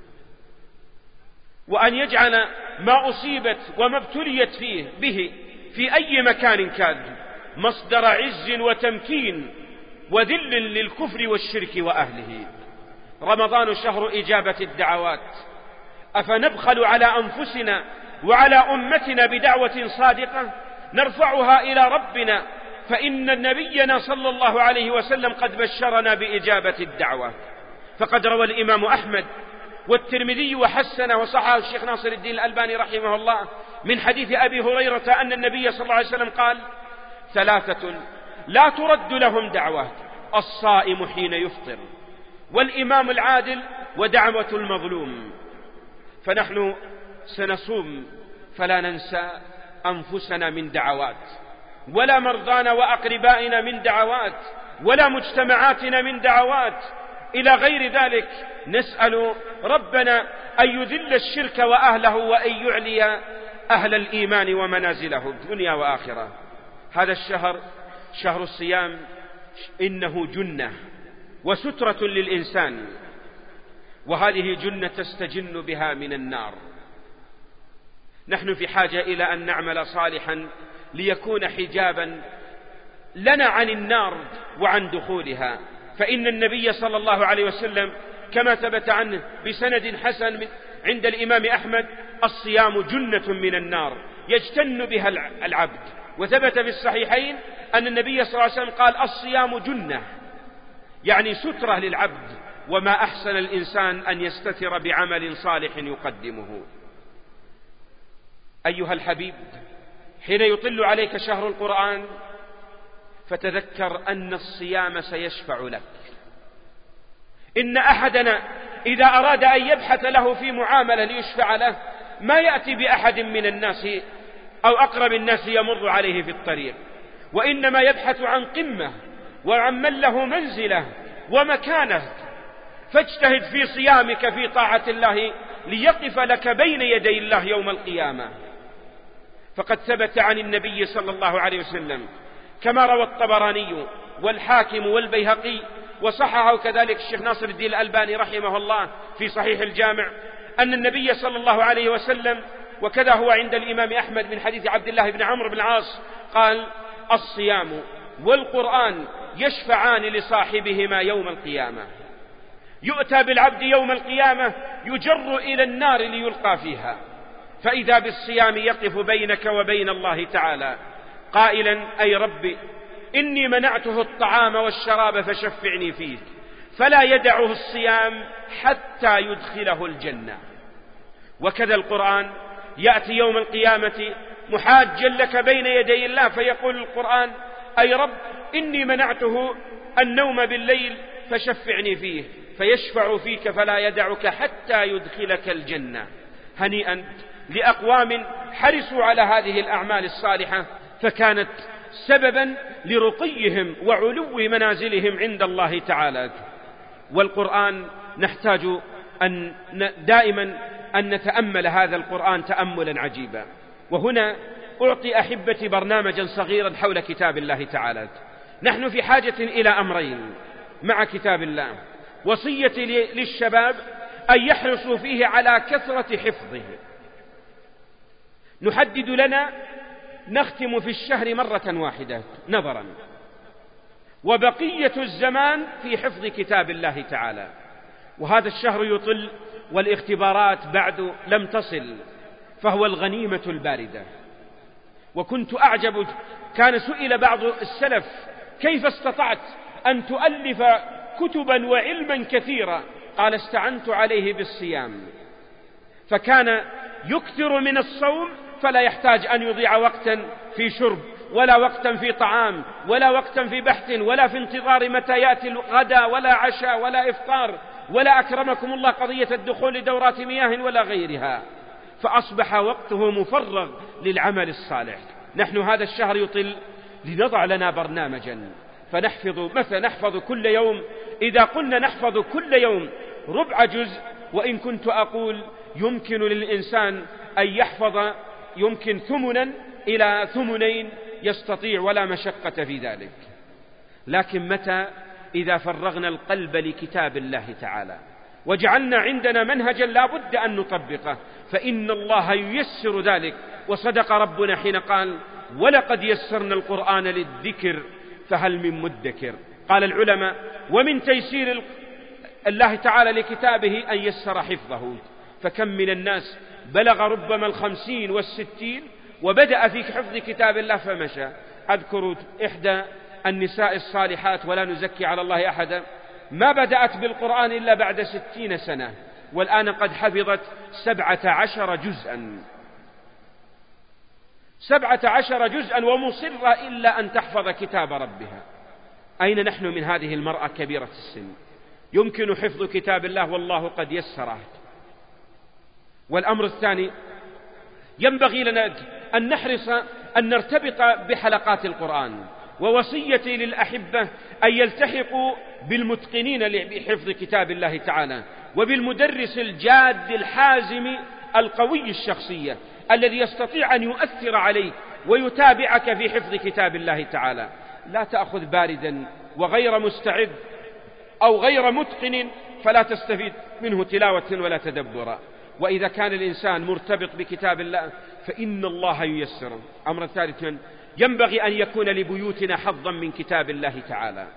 وأن يجعل ما أصيبت وما ابتليت فيه به في أي مكان كان مصدر عز وتمكين وذل للكفر والشرك وأهله. رمضان شهر إجابة الدعوات، أفنبخل على أنفسنا وعلى أمتنا بدعوة صادقة نرفعها إلى ربنا؟ فإن نبينا صلى الله عليه وسلم قد بشرنا بإجابة الدعوة، فقد روى الإمام أحمد والترمذي وحسنه وصححه الشيخ ناصر الدين الألباني رحمه الله من حديث أبي هريرة أن النبي صلى الله عليه وسلم قال: ثلاثة لا ترد لهم دعوات: الصائم حين يفطر، والإمام العادل، ودعوة المظلوم. فنحن سنصوم فلا ننسى أنفسنا من دعوات، ولا مرضانا وأقربائنا من دعوات، ولا مجتمعاتنا من دعوات. إلى غير ذلك نسأل ربنا أن يذل الشرك وأهله وأن يعلي أهل الإيمان ومنازله دنيا وآخرة. هذا الشهر شهر الصيام إنه جنة وسترة للإنسان، وهذه جنة تستجن بها من النار. نحن في حاجة إلى أن نعمل صالحا ليكون حجابا لنا عن النار وعن دخولها. فإن النبي صلى الله عليه وسلم كما ثبت عنه بسند حسن عند الإمام أحمد: الصيام جنة من النار يجتن بها العبد. وثبت في الصحيحين أن النبي صلى الله عليه وسلم قال: الصيام جنة، يعني سترة للعبد. وما أحسن الإنسان أن يستتر بعمل صالح يقدمه. أيها الحبيب، حين يطل عليك شهر القرآن فتذكر أن الصيام سيشفع لك. إن أحدنا إذا أراد أن يبحث له في معاملة ليشفع له ما يأتي بأحد من الناس أو أقرب الناس يمر عليه في الطريق، وإنما يبحث عن قمة وعن من له منزلة ومكانة. فاجتهد في صيامك في طاعة الله ليقف لك بين يدي الله يوم القيامة. فقد ثبت عن النبي صلى الله عليه وسلم كما روى الطبراني والحاكم والبيهقي وصححه كذلك الشيخ ناصر الدين الألباني رحمه الله في صحيح الجامع أن النبي صلى الله عليه وسلم، وكذا هو عند الإمام أحمد من حديث عبد الله بن عمرو بن العاص، قال: الصيام والقرآن يشفعان لصاحبهما يوم القيامة. يؤتى بالعبد يوم القيامة يجر إلى النار ليلقى فيها، فإذا بالصيام يقف بينك وبين الله تعالى قائلا: أي ربي إني منعته الطعام والشراب فشفعني فيه، فلا يدعه الصيام حتى يدخله الجنة. وكذا القرآن يأتي يوم القيامة محاجا لك بين يدي الله، فيقول القرآن: أي رب إني منعته النوم بالليل فشفعني فيه، فيشفع فيك فلا يدعك حتى يدخلك الجنة. هنيئا لأقوام حرصوا على هذه الأعمال الصالحة فكانت سببا لرقيهم وعلو منازلهم عند الله تعالى. والقرآن نحتاج أن دائما أن نتأمل هذا القرآن تأملا عجيبا. وهنا أعطي أحبتي برنامجا صغيرا حول كتاب الله تعالى. نحن في حاجة إلى أمرين مع كتاب الله: وصية للشباب أن يحرصوا فيه على كثرة حفظه. نحدد لنا نختم في الشهر مرة واحدة نظرا، وبقية الزمان في حفظ كتاب الله تعالى. وهذا الشهر يطل والاختبارات بعد لم تصل، فهو الغنيمة الباردة. وكنت أعجب، كان سئل بعض السلف: كيف استطعت أن تؤلف كتبا وعلما كثيرا؟ قال: استعنت عليه بالصيام. فكان يكثر من الصوم فلا يحتاج أن يضيع وقتا في شرب، ولا وقتا في طعام، ولا وقتا في بحث، ولا في انتظار متى يأتي الغداء، ولا عشاء، ولا إفطار، ولا أكرمكم الله قضية الدخول لدورات مياه ولا غيرها. فأصبح وقته مفرغ للعمل الصالح. نحن هذا الشهر يطل لنضع لنا برنامجا فنحفظ، مثلا نحفظ كل يوم، إذا قلنا نحفظ كل يوم ربع جزء، وإن كنت أقول يمكن للإنسان أن يحفظ يمكن ثمنا إلى ثمنين يستطيع ولا مشقة في ذلك. لكن متى إذا فرغنا القلب لكتاب الله تعالى وجعلنا عندنا منهجا لا بد أن نطبقه، فإن الله ييسر ذلك. وصدق ربنا حين قال: ولقد يسرنا القرآن للذكر فهل من مدكر. قال العلماء: ومن تيسير الله تعالى لكتابه أن يسر حفظه. فكم من الناس بلغ ربما الخمسين والستين وبدأ في حفظ كتاب الله فمشى. أذكر إحدى النساء الصالحات ولا نزكي على الله أحدا، ما بدأت بالقرآن إلا بعد ستين سنة، والآن قد حفظت سبعة عشر جزءا سبعة عشر جزءا ومصرة إلا أن تحفظ كتاب ربها. أين نحن من هذه المرأة كبيرة السن يمكن حفظ كتاب الله والله قد يسره؟ والأمر الثاني، ينبغي لنا أن نحرص أن نرتبط بحلقات القرآن، ووصيتي للأحبة أن يلتحقوا بالمتقنين بحفظ كتاب الله تعالى، وبالمدرس الجاد الحازم القوي الشخصية الذي يستطيع أن يؤثر عليك ويتابعك في حفظ كتاب الله تعالى. لا تأخذ باردا وغير مستعد أو غير متقن فلا تستفيد منه تلاوة ولا تدبرا. وإذا كان الإنسان مرتبط بكتاب الله فإن الله ييسره. أمر ثالث، ينبغي أن يكون لبيوتنا حظا من كتاب الله تعالى،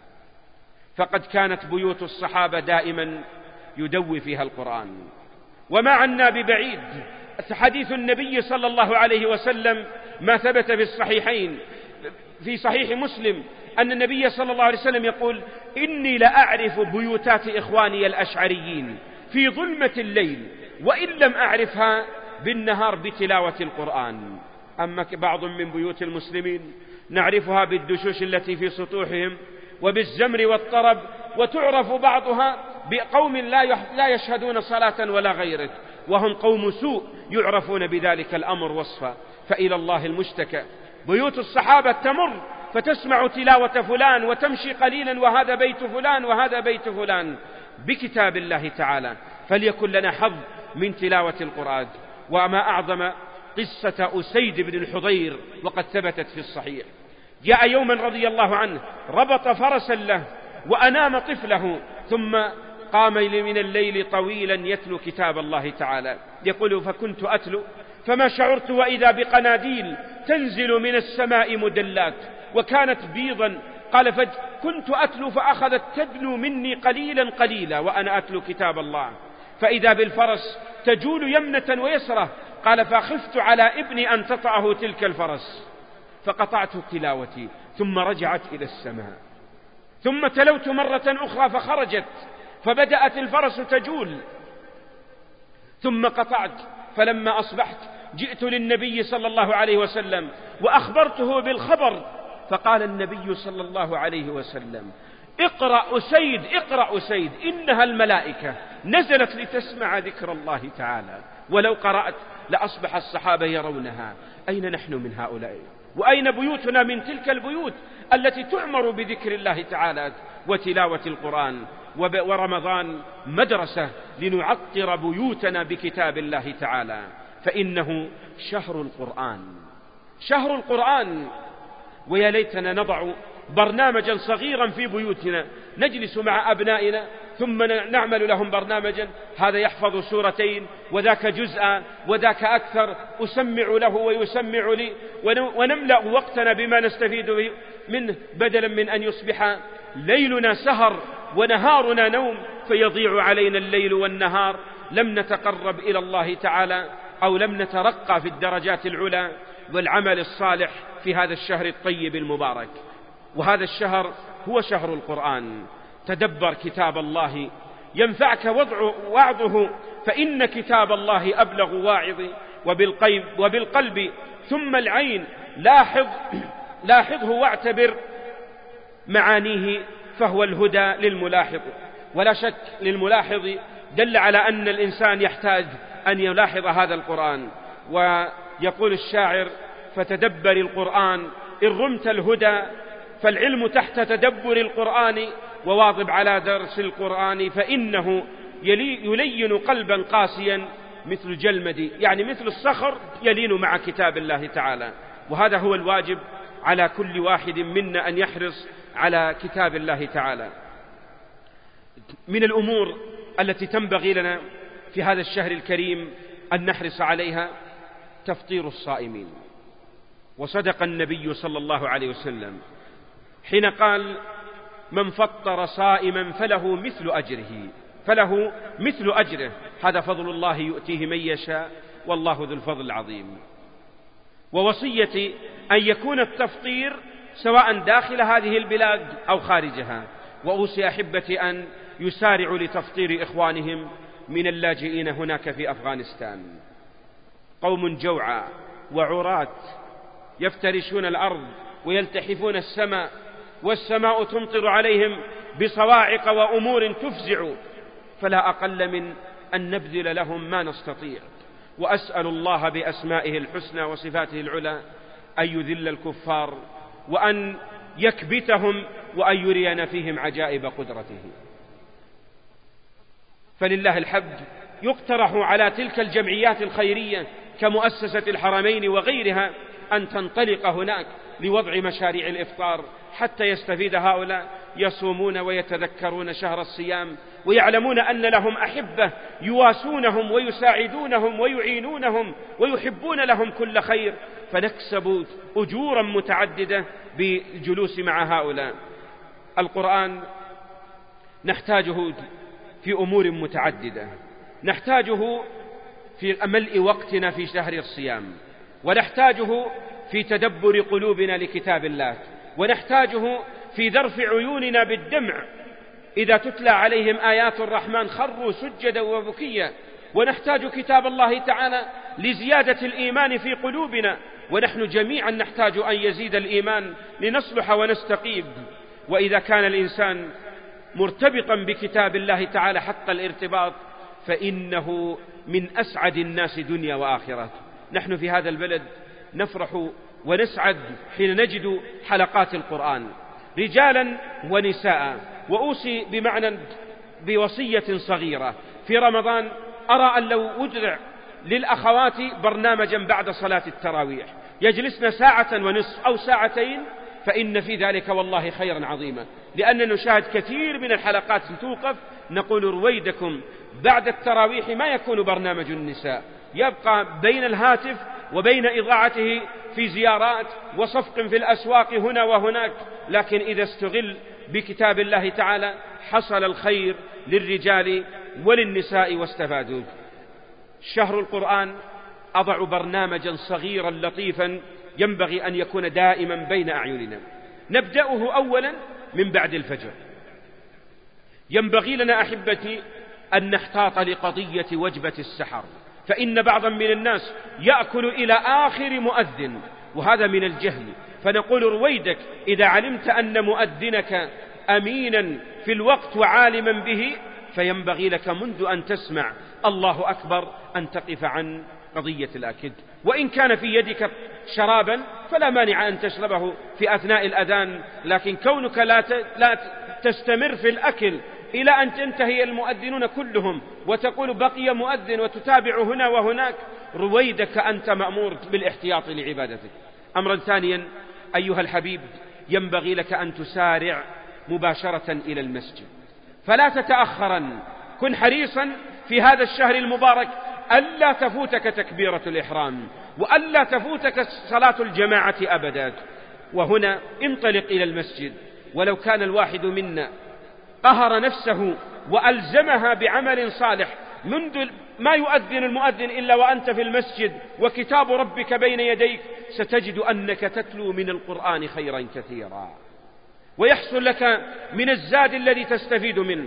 فقد كانت بيوت الصحابة دائما يدوي فيها القرآن، وما عنا ببعيد. حديث النبي صلى الله عليه وسلم ما ثبت في الصحيحين في صحيح مسلم أن النبي صلى الله عليه وسلم يقول: إني لأعرف بيوتات إخواني الأشعريين في ظلمة الليل وإن لم أعرفها بالنهار بتلاوة القرآن. أما بعض من بيوت المسلمين نعرفها بالدشوش التي في سطوحهم وبالزمر والطرب، وتعرف بعضها بقوم لا يشهدون صلاة ولا غيره، وهم قوم سوء يعرفون بذلك الأمر وصفا. فإلى الله المشتكى. بيوت الصحابة تمر فتسمع تلاوة فلان وتمشي قليلا وهذا بيت فلان وهذا بيت فلان بكتاب الله تعالى. فليكن لنا حظ من تلاوة القرآن. وما أعظم قصة أسيد بن الحضير وقد ثبتت في الصحيح. جاء يوما رضي الله عنه ربط فرسا له وأنام طفله، ثم قام من الليل طويلا يتلو كتاب الله تعالى. يقول: فكنت أتلو فما شعرت وإذا بقناديل تنزل من السماء مدلات وكانت بيضا. قال: فكنت أتلو فأخذت تدنو مني قليلا قليلا وأنا أتلو كتاب الله، فإذا بالفرس تجول يمنة ويسرة. قال: فخفت على ابني أن تطأه تلك الفرس فقطعت تلاوتي، ثم رجعت إلى السماء، ثم تلوت مرة أخرى فخرجت، فبدأت الفرس تجول، ثم قطعت. فلما أصبحت جئت للنبي صلى الله عليه وسلم وأخبرته بالخبر، فقال النبي صلى الله عليه وسلم: اقرأ أسيد اقرأ أسيد إنها الملائكة نزلت لتسمع ذكر الله تعالى، ولو قرأت لأصبح الصحابة يرونها. أين نحن من هؤلاء؟ وأين بيوتنا من تلك البيوت التي تعمر بذكر الله تعالى وتلاوة القرآن؟ ورمضان مدرسة لنعطر بيوتنا بكتاب الله تعالى، فإنه شهر القرآن شهر القرآن. ويا ليتنا نضع برنامجا صغيرا في بيوتنا نجلس مع أبنائنا ثم نعمل لهم برنامجا، هذا يحفظ سورتين وذاك جزءا وذاك أكثر، أسمع له ويسمع لي، ونملأ وقتنا بما نستفيد منه، بدلا من أن يصبح ليلنا سهر ونهارنا نوم فيضيع علينا الليل والنهار، لم نتقرب إلى الله تعالى أو لم نترقى في الدرجات العلى والعمل الصالح في هذا الشهر الطيب المبارك. وهذا الشهر هو شهر القرآن. تدبر كتاب الله ينفعك وعظه، فإن كتاب الله أبلغ واعظ وبالقلب, وبالقلب ثم العين. لاحظ لاحظه واعتبر معانيه، فهو الهدى للملاحظ. ولا شك للملاحظ دل على أن الإنسان يحتاج أن يلاحظ هذا القرآن. ويقول الشاعر: فتدبر القرآن إن رمت الهدى، فالعلم تحت تدبر القرآن، وواظب على درس القرآن فإنه يلين قلبا قاسيا مثل الجلمد، يعني مثل الصخر يلين مع كتاب الله تعالى. وهذا هو الواجب على كل واحد منا أن يحرص على كتاب الله تعالى. من الأمور التي تنبغي لنا في هذا الشهر الكريم أن نحرص عليها تفطير الصائمين. وصدق النبي صلى الله عليه وسلم حين قال: من فطر صائما فله مثل أجره فله مثل أجره هذا فضل الله يؤتيه من يشاء والله ذو الفضل العظيم. ووصيتي أن يكون التفطير سواء داخل هذه البلاد أو خارجها، وأوصي أحبتي أن يسارعوا لتفطير إخوانهم من اللاجئين هناك في أفغانستان، قوم جوعى وعراة يفترشون الأرض ويلتحفون السماء، والسماء تمطر عليهم بصواعق وأمور تفزع، فلا أقل من أن نبذل لهم ما نستطيع. وأسأل الله بأسمائه الحسنى وصفاته العلى أن يذل الكفار وأن يكبتهم وأن يرينا فيهم عجائب قدرته. فلله الحمد يقترح على تلك الجمعيات الخيرية كمؤسسة الحرمين وغيرها أن تنطلق هناك لوضع مشاريع الإفطار حتى يستفيد هؤلاء، يصومون ويتذكرون شهر الصيام ويعلمون أن لهم أحبة يواسونهم ويساعدونهم ويعينونهم ويحبون لهم كل خير، فنكسب أجورا متعددة بالجلوس مع هؤلاء. القرآن نحتاجه في أمور متعددة، نحتاجه في ملء وقتنا في شهر الصيام، ونحتاجه في تدبر قلوبنا لكتاب الله، ونحتاجه في ذرف عيوننا بالدمع إذا تتلى عليهم آيات الرحمن خروا سجدا وبكيا، ونحتاج كتاب الله تعالى لزيادة الإيمان في قلوبنا، ونحن جميعا نحتاج أن يزيد الإيمان لنصلح ونستقيم. وإذا كان الإنسان مرتبطا بكتاب الله تعالى حق الارتباط فإنه من أسعد الناس دنيا وآخرة. نحن في هذا البلد نفرح ونسعد حين نجد حلقات القرآن رجالا ونساء. وأوصي بمعنى بوصية صغيرة في رمضان، أرى أن لو وجد للأخوات برنامجا بعد صلاة التراويح يجلسن ساعة ونصف أو ساعتين، فإن في ذلك والله خيرا عظيما، لأننا نشاهد كثير من الحلقات توقف، نقول رويدكم بعد التراويح ما يكون برنامج النساء، يبقى بين الهاتف وبين إضاعته في زيارات وصفق في الأسواق هنا وهناك، لكن إذا استغل بكتاب الله تعالى حصل الخير للرجال وللنساء واستفادوا. شهر القرآن أضع برنامجا صغيرا لطيفا ينبغي أن يكون دائما بين أعيننا. نبدأه أولا من بعد الفجر. ينبغي لنا أحبتي أن نحتاط لقضية وجبة السحر، فإن بعضا من الناس يأكل إلى آخر مؤذن، وهذا من الجهل. فنقول رويدك إذا علمت أن مؤذنك أمينا في الوقت وعالما به، فينبغي لك منذ أن تسمع الله أكبر أن تقف عن قضية الأكل. وإن كان في يدك شرابا فلا مانع أن تشربه في أثناء الأذان، لكن كونك لا تستمر في الأكل إلى أن تنتهي المؤذنون كلهم وتقول بقي مؤذن وتتابع هنا وهناك، رويدك أنت مأمور بالاحتياط لعبادتك. أمرا ثانيا أيها الحبيب، ينبغي لك أن تسارع مباشرة إلى المسجد، فلا تتأخرا. كن حريصا في هذا الشهر المبارك ألا تفوتك تكبيرة الإحرام، وألا تفوتك صلاة الجماعة أبدا. وهنا انطلق إلى المسجد، ولو كان الواحد منا قهر نفسه وألزمها بعمل صالح منذ ما يؤذن المؤذن إلا وأنت في المسجد وكتاب ربك بين يديك، ستجد أنك تتلو من القرآن خيرا كثيرا، ويحصل لك من الزاد الذي تستفيد منه.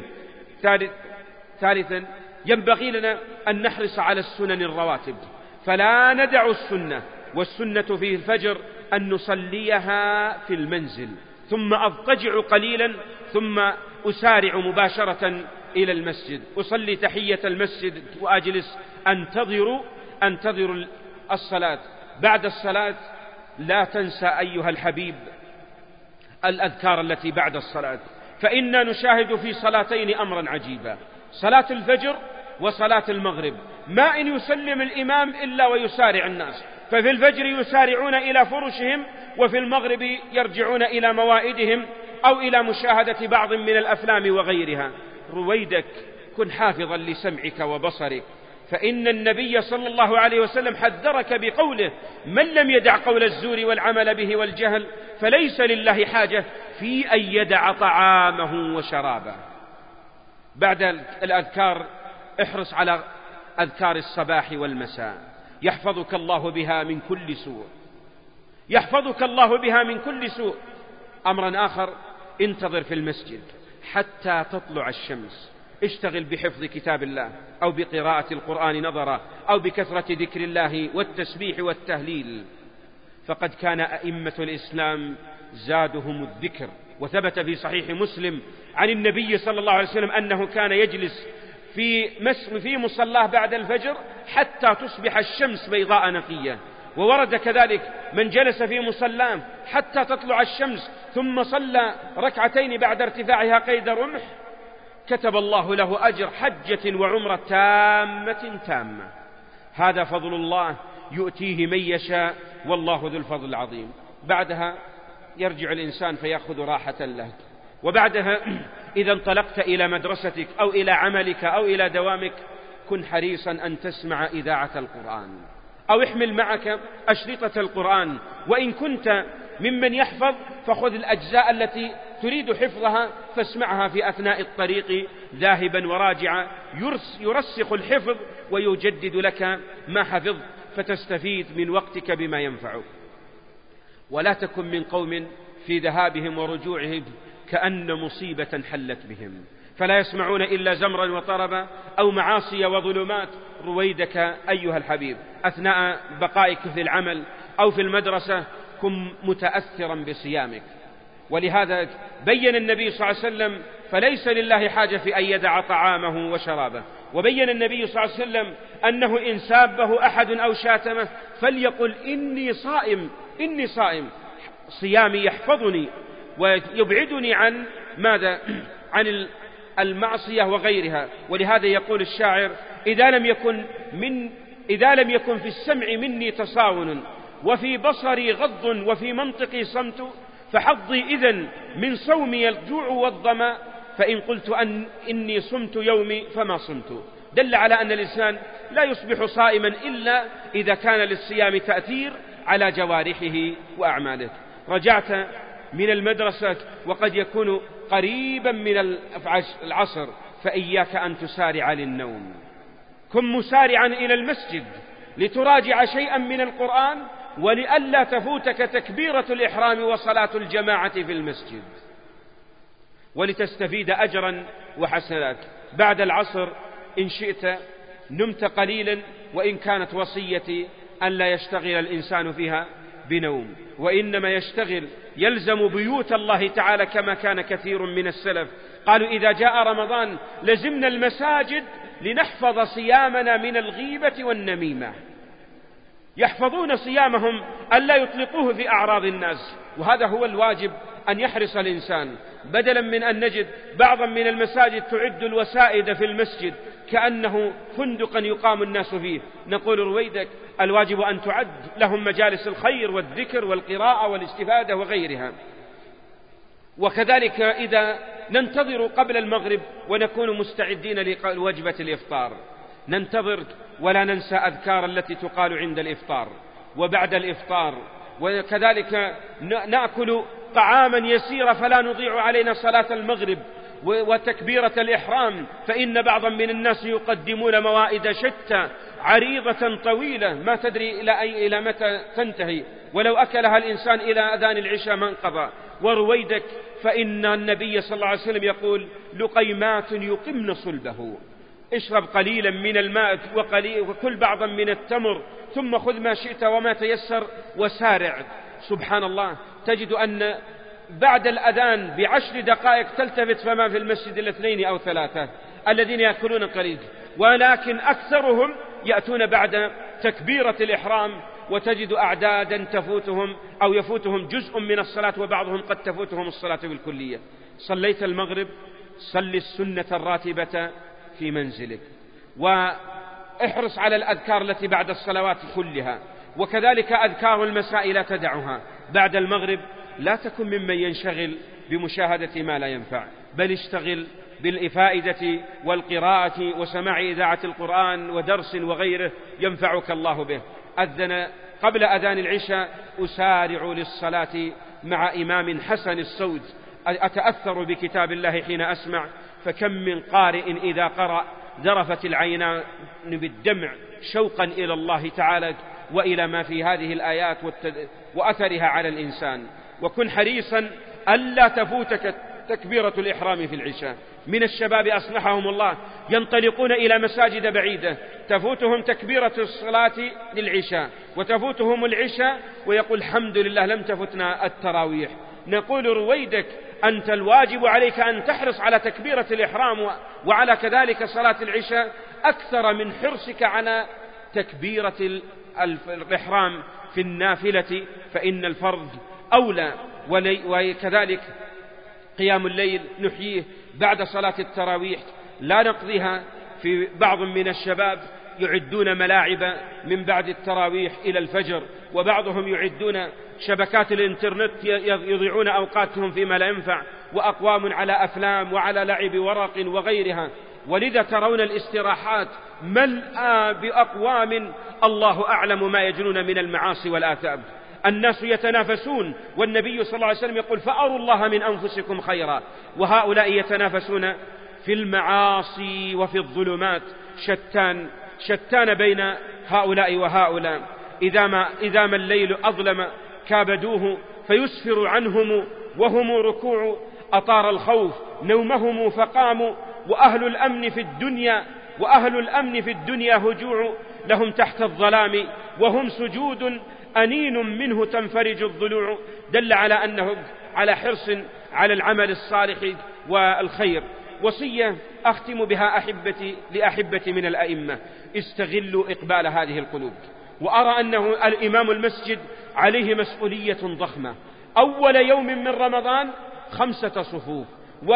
ثالثا ينبغي لنا أن نحرص على السنن الرواتب، فلا ندع السنة، والسنة في الفجر أن نصليها في المنزل ثم أضطجع قليلا ثم أسارع مباشرة إلى المسجد، أصلي تحية المسجد وأجلس أنتظر أنتظر الصلاة. بعد الصلاة لا تنسى أيها الحبيب الأذكار التي بعد الصلاة، فإننا نشاهد في صلاتين أمرا عجيبا، صلاة الفجر وصلاة المغرب، ما إن يسلم الإمام إلا ويسارع الناس، ففي الفجر يسارعون إلى فرشهم، وفي المغرب يرجعون إلى موائدهم أو إلى مشاهدة بعض من الأفلام وغيرها. رويدك كن حافظا لسمعك وبصرك، فإن النبي صلى الله عليه وسلم حذرك بقوله: من لم يدع قول الزور والعمل به والجهل فليس لله حاجة في أن يدع طعامه وشرابه. بعد الأذكار احرص على أذكار الصباح والمساء، يحفظك الله بها من كل سوء، يحفظك الله بها من كل سوء. أمرا آخر، انتظر في المسجد حتى تطلع الشمس، اشتغل بحفظ كتاب الله أو بقراءة القرآن نظرا أو بكثرة ذكر الله والتسبيح والتهليل، فقد كان أئمة الإسلام زادهم الذكر. وثبت في صحيح مسلم عن النبي صلى الله عليه وسلم أنه كان يجلس في في مصلاه بعد الفجر حتى تصبح الشمس بيضاء نقية. وورد كذلك من جلس في مصلاه حتى تطلع الشمس ثم صلى ركعتين بعد ارتفاعها قيد رمح، كتب الله له أجر حجة وعمرة تامة تامة. هذا فضل الله يؤتيه من يشاء، والله ذو الفضل العظيم. بعدها يرجع الإنسان فيأخذ راحة له. وبعدها إذا انطلقت إلى مدرستك أو إلى عملك أو إلى دوامك، كن حريصا أن تسمع إذاعة القرآن أو احمل معك أشرطة القرآن. وإن كنت ممن يحفظ فخذ الأجزاء التي تريد حفظها فاسمعها في أثناء الطريق ذاهبا وراجعا، يرسخ الحفظ ويجدد لك ما حفظت فتستفيد من وقتك بما ينفعك. ولا تكن من قوم في ذهابهم ورجوعهم كأن مصيبة حلت بهم، فلا يسمعون إلا زمرا وطربا أو معاصي وظلمات. رويدك أيها الحبيب أثناء بقائك في العمل أو في المدرسة كن متأثرا بصيامك. ولهذا بين النبي صلى الله عليه وسلم فليس لله حاجة في أن يدع طعامه وشرابه. وبين النبي صلى الله عليه وسلم أنه إن سابه أحد أو شاتمه فليقل إني صائم إني صائم، صيامي يحفظني ويبعدني عن ماذا؟ عن المعصية وغيرها. ولهذا يقول الشاعر: إذا لم يكن من إذا لم يكن في السمع مني تصاون وفي بصري غض وفي منطقي صمت، فحظي إذن من صومي الجوع والظما، فإن قلت أن إني صمت يومي فما صمت. دل على أن الإنسان لا يصبح صائما إلا إذا كان للصيام تأثير على جوارحه وأعماله. رجعت من المدرسة وقد يكون قريبا من العصر، فإياك أن تسارع للنوم. كن مسارعا إلى المسجد لتراجع شيئا من القرآن، ولئلا تفوتك تكبيرة الإحرام وصلاة الجماعة في المسجد، ولتستفيد أجرا وحسنات. بعد العصر إن شئت نمت قليلا، وإن كانت وصيتي أن لا يشتغل الإنسان فيها بنوم، وإنما يشتغل يلزم بيوت الله تعالى كما كان كثير من السلف. قالوا إذا جاء رمضان لزمنا المساجد لنحفظ صيامنا من الغيبة والنميمة. يحفظون صيامهم ألا يطلقوه في أعراض الناس، وهذا هو الواجب أن يحرص الإنسان، بدلا من أن نجد بعضا من المساجد تعد الوسائد في المسجد كأنه فندقا يقام الناس فيه. نقول رويدك الواجب أن تعد لهم مجالس الخير والذكر والقراءة والاستفادة وغيرها. وكذلك إذا ننتظر قبل المغرب ونكون مستعدين لوجبة الإفطار، ننتظر ولا ننسى أذكار التي تقال عند الإفطار وبعد الإفطار. وكذلك نأكل طعاما يسيرا فلا نضيع علينا صلاة المغرب وتكبيرة الإحرام، فإن بعضا من الناس يقدمون موائد شتى عريضة طويلة ما تدري إلى أي إلى متى تنتهي، ولو أكلها الإنسان إلى أذان العشاء ما انقضى. ورويدك فإن النبي صلى الله عليه وسلم يقول: لقيمات يقمن صلبه. اشرب قليلا من الماء وقليل وكل بعضا من التمر، ثم خذ ما شئت وما تيسر وسارع. سبحان الله، تجد أن بعد الأذان بعشر دقائق تلتفت فما في المسجد الاثنين أو ثلاثة الذين يأكلون قليل، ولكن أكثرهم يأتون بعد تكبيرة الإحرام، وتجد أعدادا تفوتهم أو يفوتهم جزء من الصلاة، وبعضهم قد تفوتهم الصلاة بالكلية. صليت المغرب، صل السنة الراتبة في منزلك، واحرص على الأذكار التي بعد الصلوات كلها، وكذلك أذكار المساء لا تدعها. بعد المغرب لا تكن ممن ينشغل بمشاهدة ما لا ينفع، بل اشتغل بالإفائدة والقراءة وسماع إذاعة القرآن ودرس وغيره ينفعك الله به. أذن قبل أذان العشاء أسارع للصلاة مع إمام حسن الصوت، أتأثر بكتاب الله حين أسمع، فكم من قارئ إذا قرأ ذرفت العينان بالدمع شوقا إلى الله تعالى وإلى ما في هذه الآيات وأثرها على الإنسان. وكن حريصا ألا تفوتك تكبيرة الإحرام في العشاء. من الشباب أصلحهم الله ينطلقون إلى مساجد بعيدة تفوتهم تكبيرة الصلاة للعشاء وتفوتهم العشاء ويقول الحمد لله لم تفتنا التراويح. نقول رويدك، أنت الواجب عليك أن تحرص على تكبيرة الإحرام وعلى كذلك صلاة العشاء أكثر من حرصك على تكبيرة الإحرام في النافلة، فإن الفرض أولى. وكذلك قيام الليل نحييه بعد صلاة التراويح، لا نقضيها. في بعض من الشباب يعدون ملاعب من بعد التراويح إلى الفجر، وبعضهم يعدون شبكات الإنترنت يضيعون أوقاتهم فيما لا ينفع، وأقوام على أفلام وعلى لعب ورق وغيرها. ولذا ترون الاستراحات ملأى بأقوام الله أعلم ما يجنون من المعاصي والآثام. الناس يتنافسون، والنبي صلى الله عليه وسلم يقول فأروا الله من أنفسكم خيرا، وهؤلاء يتنافسون في المعاصي وفي الظلمات. شتان شتان بين هؤلاء وهؤلاء. إذا ما, إذا ما الليل أظلم كابدوه فيسفر عنهم وهم ركوع، أطار الخوف نومهم فقاموا، وأهل الأمن في الدنيا وأهل الأمن في الدنيا هجوع، لهم تحت الظلام وهم سجود أنين منه تنفرج الضلوع. دل على أنه على حرص على العمل الصالح والخير. وصية أختم بها أحبتي لأحبتي من الأئمة: استغلوا إقبال هذه القلوب. وأرى أنه الإمام المسجد عليه مسؤولية ضخمة. أول يوم من رمضان خمسة صفوف،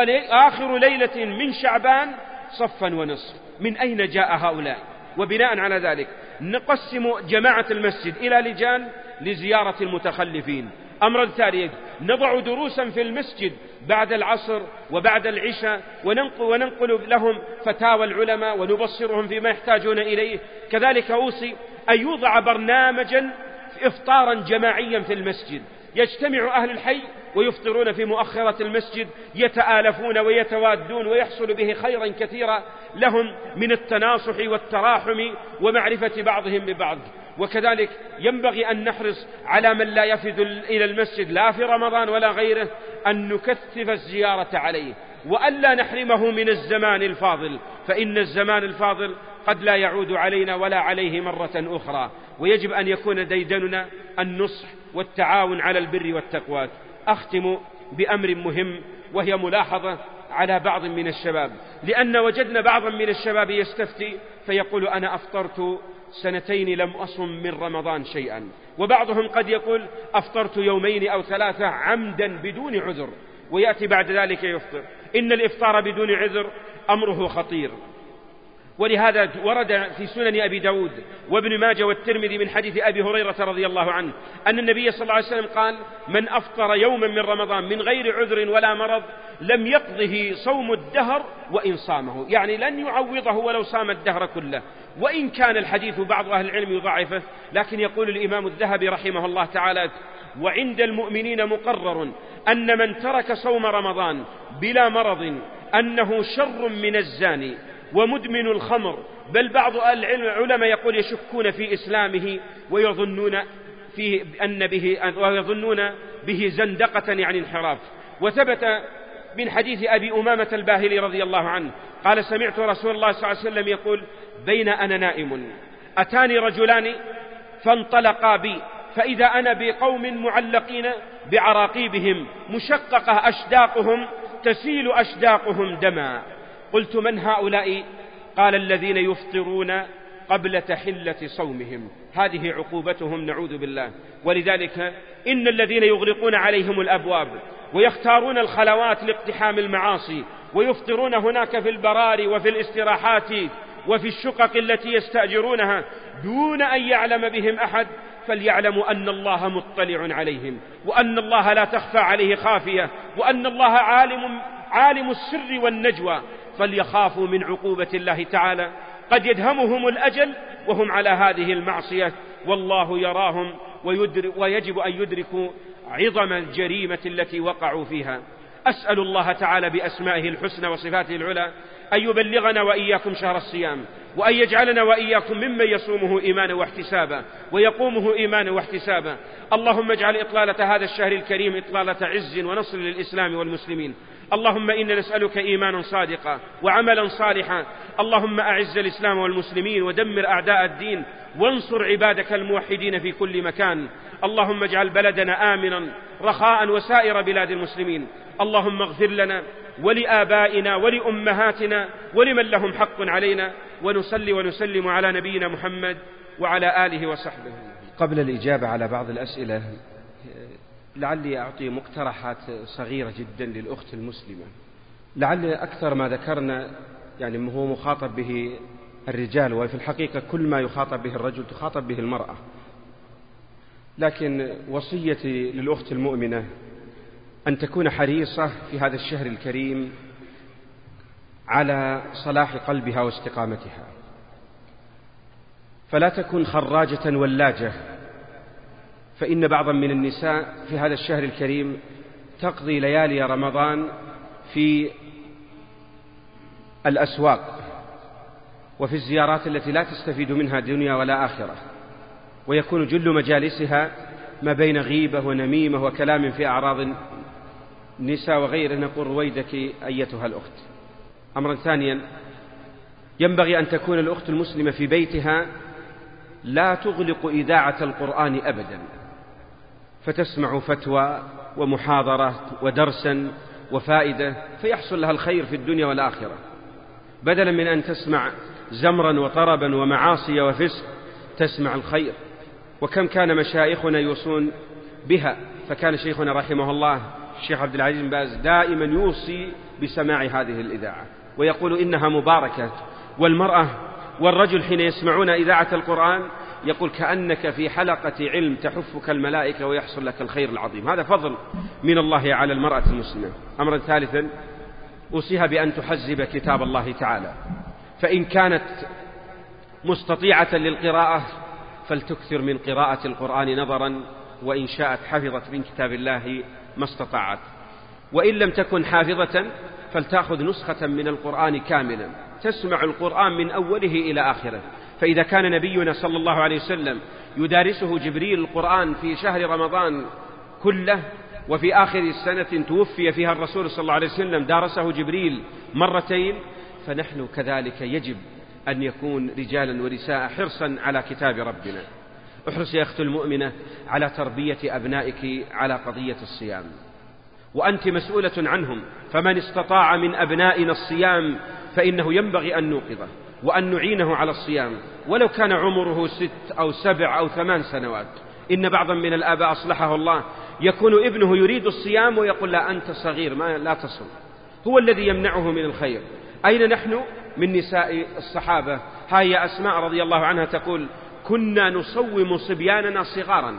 وآخر ليلة من شعبان صفا ونصف. من أين جاء هؤلاء؟ وبناء على ذلك نقسم جماعة المسجد إلى لجان لزيارة المتخلفين. أمر ثاني، نضع دروسا في المسجد بعد العصر وبعد العشاء، وننقل, وننقل لهم فتاوى العلماء ونبصرهم فيما يحتاجون إليه. كذلك أوصي أن يوضع برنامجا إفطارا جماعيا في المسجد، يجتمع أهل الحي ويفطرون في مؤخرة المسجد، يتآلفون ويتوادون، ويحصل به خيرا كثيرا لهم من التناصح والتراحم ومعرفة بعضهم ببعض. وكذلك ينبغي أن نحرص على من لا يفد إلى المسجد لا في رمضان ولا غيره أن نكثف الزيارة عليه، وألا نحرمه من الزمان الفاضل، فإن الزمان الفاضل قد لا يعود علينا ولا عليه مرة أخرى. ويجب أن يكون ديدننا النصح والتعاون على البر والتقوى. أختم بأمر مهم، وهي ملاحظة على بعض من الشباب، لأن وجدنا بعضا من الشباب يستفتي فيقول أنا أفطرت سنتين لم أصم من رمضان شيئا، وبعضهم قد يقول أفطرت يومين أو ثلاثة عمدا بدون عذر، ويأتي بعد ذلك يفطر. إن الإفطار بدون عذر أمره خطير. ولهذا ورد في سنن أبي داود وابن ماجه والترمذي من حديث أبي هريرة رضي الله عنه أن النبي صلى الله عليه وسلم قال: من أفطر يوما من رمضان من غير عذر ولا مرض لم يقضه صوم الدهر وإن صامه، يعني لن يعوضه ولو صام الدهر كله. وإن كان الحديث بعض أهل العلم يضعفه، لكن يقول الإمام الذهبي رحمه الله تعالى: وعند المؤمنين مقرر أن من ترك صوم رمضان بلا مرض أنه شر من الزاني ومدمن الخمر، بل بعض العلماء يقول يشكون في إسلامه ويظنون فيه أن به ويظنون به زندقة يعني انحراف. وثبت من حديث أبي أمامة الباهلي رضي الله عنه قال: سمعت رسول الله صلى الله عليه وسلم يقول: بين أنا نائم أتاني رجلان فانطلقا بي، فإذا أنا بقوم معلقين بعراقيبهم مشققة أشداقهم تسيل أشداقهم دما، قلت: من هؤلاء؟ قال: الذين يفطرون قبل تحلة صومهم. هذه عقوبتهم، نعوذ بالله. ولذلك إن الذين يغلقون عليهم الأبواب ويختارون الخلوات لاقتحام المعاصي ويفطرون هناك في البراري وفي الاستراحات وفي الشقق التي يستأجرونها دون أن يعلم بهم أحد، فليعلموا أن الله مطلع عليهم، وأن الله لا تخفى عليه خافية، وأن الله عالم عالم السر والنجوى، فليخافوا من عقوبة الله تعالى. قد يدهمهم الأجل وهم على هذه المعصية، والله يراهم ويجب أن يدركوا عظم الجريمة التي وقعوا فيها. أسأل الله تعالى بأسمائه الحسنى وصفاته العلى أن يبلغنا وإياكم شهر الصيام، وأن يجعلنا وإياكم ممن يصومه إيمانا واحتسابا ويقومه إيمانا واحتسابا. اللهم اجعل إطلالة هذا الشهر الكريم إطلالة عز ونصر للإسلام والمسلمين. اللهم إنا نسألك إيمانا صادقا وعملا صالحا. اللهم أعز الإسلام والمسلمين ودمر أعداء الدين وانصر عبادك الموحدين في كل مكان. اللهم اجعل بلدنا آمنا رخاء وسائر بلاد المسلمين. اللهم اغفر لنا ولآبائنا ولأمهاتنا ولمن لهم حق علينا، ونصلي ونسلم على نبينا محمد وعلى آله وصحبه. قبل الإجابة على بعض الأسئلة لعلي أعطي مقترحات صغيرة جدا للأخت المسلمة. لعل أكثر ما ذكرنا يعني هو مخاطب به الرجال، وفي الحقيقة كل ما يخاطب به الرجل تخاطب به المرأة، لكن وصيتي للأخت المؤمنة أن تكون حريصة في هذا الشهر الكريم على صلاح قلبها واستقامتها، فلا تكن خراجة ولاجة، فإن بعضا من النساء في هذا الشهر الكريم تقضي ليالي رمضان في الأسواق وفي الزيارات التي لا تستفيد منها دنيا ولا آخرة، ويكون جل مجالسها ما بين غيبة ونميمة وكلام في أعراض النساء وغيره. نقول رويدك أيتها الأخت. أمرا ثانيا، ينبغي أن تكون الأخت المسلمة في بيتها لا تغلق إذاعة القرآن أبدا، فتسمع فتوى ومحاضرة ودرسا وفائدة فيحصل لها الخير في الدنيا والآخرة، بدلا من أن تسمع زمرا وطربا ومعاصي وفسق تسمع الخير. وكم كان مشايخنا يوصون بها، فكان شيخنا رحمه الله الشيخ عبد العزيز بن باز دائما يوصي بسماع هذه الإذاعة ويقول إنها مباركة. والمرأة والرجل حين يسمعون إذاعة القرآن يقول كأنك في حلقة علم تحفك الملائكة ويحصل لك الخير العظيم. هذا فضل من الله على المرأة المسلمة. أمرا ثالثا، أوصيها بأن تحزب كتاب الله تعالى، فإن كانت مستطيعة للقراءة فلتكثر من قراءة القرآن نظرا، وإن شاءت حفظت من كتاب الله ما استطاعت، وإن لم تكن حافظة فلتأخذ نسخة من القرآن كاملا تسمع القرآن من أوله إلى آخره. فإذا كان نبينا صلى الله عليه وسلم يدارسه جبريل القرآن في شهر رمضان كله، وفي آخر سنة توفي فيها الرسول صلى الله عليه وسلم دارسه جبريل مرتين، فنحن كذلك يجب أن يكون رجالا ونساء حرصا على كتاب ربنا. احرص يا أخت المؤمنة على تربية أبنائك على قضية الصيام، وأنت مسؤولة عنهم، فمن استطاع من أبنائنا الصيام فإنه ينبغي أن نوقظه وأن نعينه على الصيام ولو كان عمره ست أو سبع أو ثمان سنوات. إن بعضا من الآباء أصلحه الله يكون ابنه يريد الصيام ويقول لا أنت صغير ما لا تصم، هو الذي يمنعه من الخير. أين نحن من نساء الصحابة؟ هاي أسماء رضي الله عنها تقول كنا نصوم صبياننا صغارا،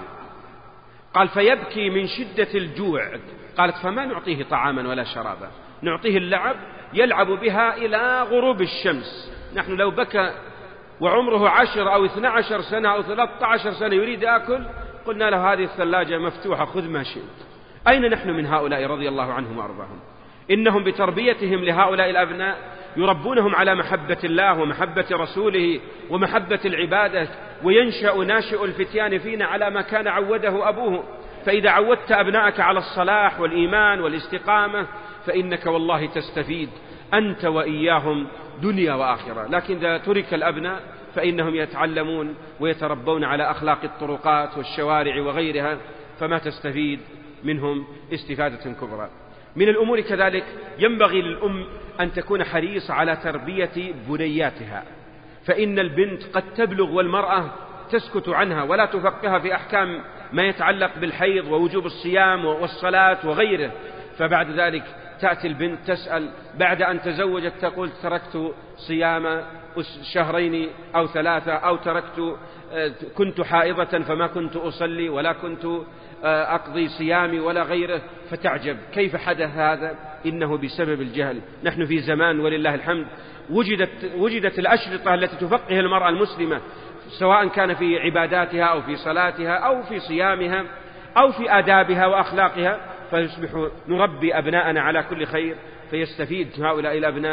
قال فيبكي من شدة الجوع، قالت فما نعطيه طعاما ولا شرابا، نعطيه اللعب يلعب بها إلى غروب الشمس. نحن لو بكى وعمره عشر أو اثنى عشر سنة أو ثلاثة عشر سنة يريد أكل قلنا له هذه الثلاجة مفتوحة خذ ما شئت. أين نحن من هؤلاء رضي الله عنهم وأرضاهم؟ إنهم بتربيتهم لهؤلاء الأبناء يربونهم على محبة الله ومحبة رسوله ومحبة العبادة، وينشأ ناشئ الفتيان فينا على ما كان عوده أبوه. فإذا عودت أبنائك على الصلاح والإيمان والاستقامة فإنك والله تستفيد أنت وإياهم دنيا وآخرة. لكن إذا ترك الأبناء فإنهم يتعلمون ويتربون على أخلاق الطرقات والشوارع وغيرها، فما تستفيد منهم استفادة كبرى. من الأمور كذلك ينبغي للأم أن تكون حريصة على تربية بنياتها، فإن البنت قد تبلغ والمرأة تسكت عنها ولا تفقهها في أحكام ما يتعلق بالحيض ووجوب الصيام والصلاة وغيره، فبعد ذلك تأتي البنت تسأل بعد أن تزوجت تقول تركت صيام شهرين أو ثلاثة، أو تركت كنت حائضة فما كنت أصلي ولا كنت أقضي صيامي ولا غيره، فتعجب كيف حدث هذا؟ إنه بسبب الجهل. نحن في زمان ولله الحمد وجدت, وجدت الأشرطة التي تفقه المرأة المسلمة سواء كان في عباداتها أو في صلاتها أو في صيامها أو في آدابها وأخلاقها، فيصبح نربي أبناءنا على كل خير، فيستفيد هؤلاء الأبناء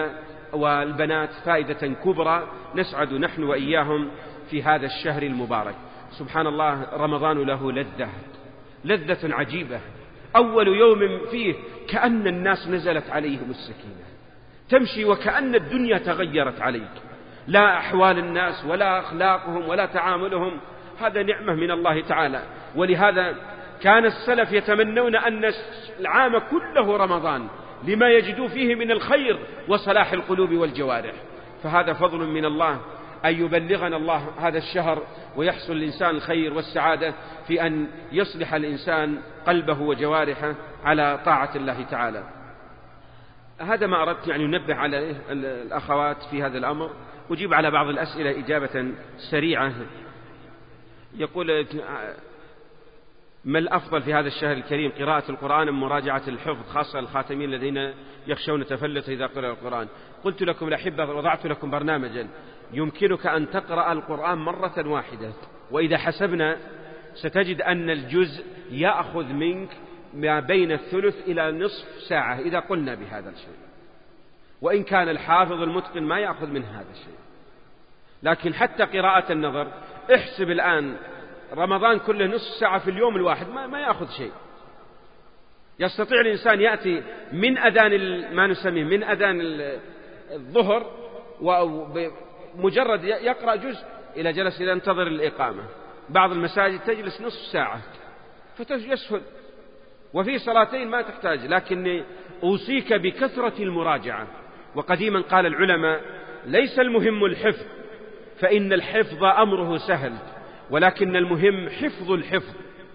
والبنات فائدة كبرى نسعد نحن وإياهم في هذا الشهر المبارك. سبحان الله، رمضان له لذة لذة عجيبة. أول يوم فيه كأن الناس نزلت عليهم السكينة، تمشي وكأن الدنيا تغيرت عليك، لا أحوال الناس ولا أخلاقهم ولا تعاملهم، هذا نعمة من الله تعالى. ولهذا كان السلف يتمنون أن العام كله رمضان لما يجدوا فيه من الخير وصلاح القلوب والجوارح. فهذا فضل من الله أن يبلغنا الله هذا الشهر ويحصل الإنسان الخير والسعادة في أن يصلح الإنسان قلبه وجوارحه على طاعة الله تعالى. هذا ما أردت يعني ننبه على الأخوات في هذا الأمر. أجيب على بعض الأسئلة إجابة سريعة. يقول: ما الأفضل في هذا الشهر الكريم، قراءة القرآن أم مراجعة الحفظ، خاصة الخاتمين الذين يخشون تفلت إذا قرأ القرآن؟ قلت لكم الأحبة، وضعت لكم برنامجا يمكنك أن تقرأ القرآن مرة واحدة، وإذا حسبنا ستجد أن الجزء يأخذ منك ما بين الثلث إلى نصف ساعة إذا قلنا بهذا الشيء، وإن كان الحافظ المتقن ما يأخذ من هذا الشيء. لكن حتى قراءة النظر، احسب الآن رمضان كله نصف ساعة في اليوم الواحد ما, ما يأخذ شيء. يستطيع الإنسان يأتي من أذان ما نسميه من أذان الظهر ومجرد يقرأ جزء إلى جلس إلى انتظر الإقامة. بعض المساجد تجلس نصف ساعة فيسهل، وفي صلاتين ما تحتاج. لكن أوصيك بكثرة المراجعة. وقديما قال العلماء: ليس المهم الحفظ، فإن الحفظ أمره سهل، ولكن المهم حفظ الحفظ.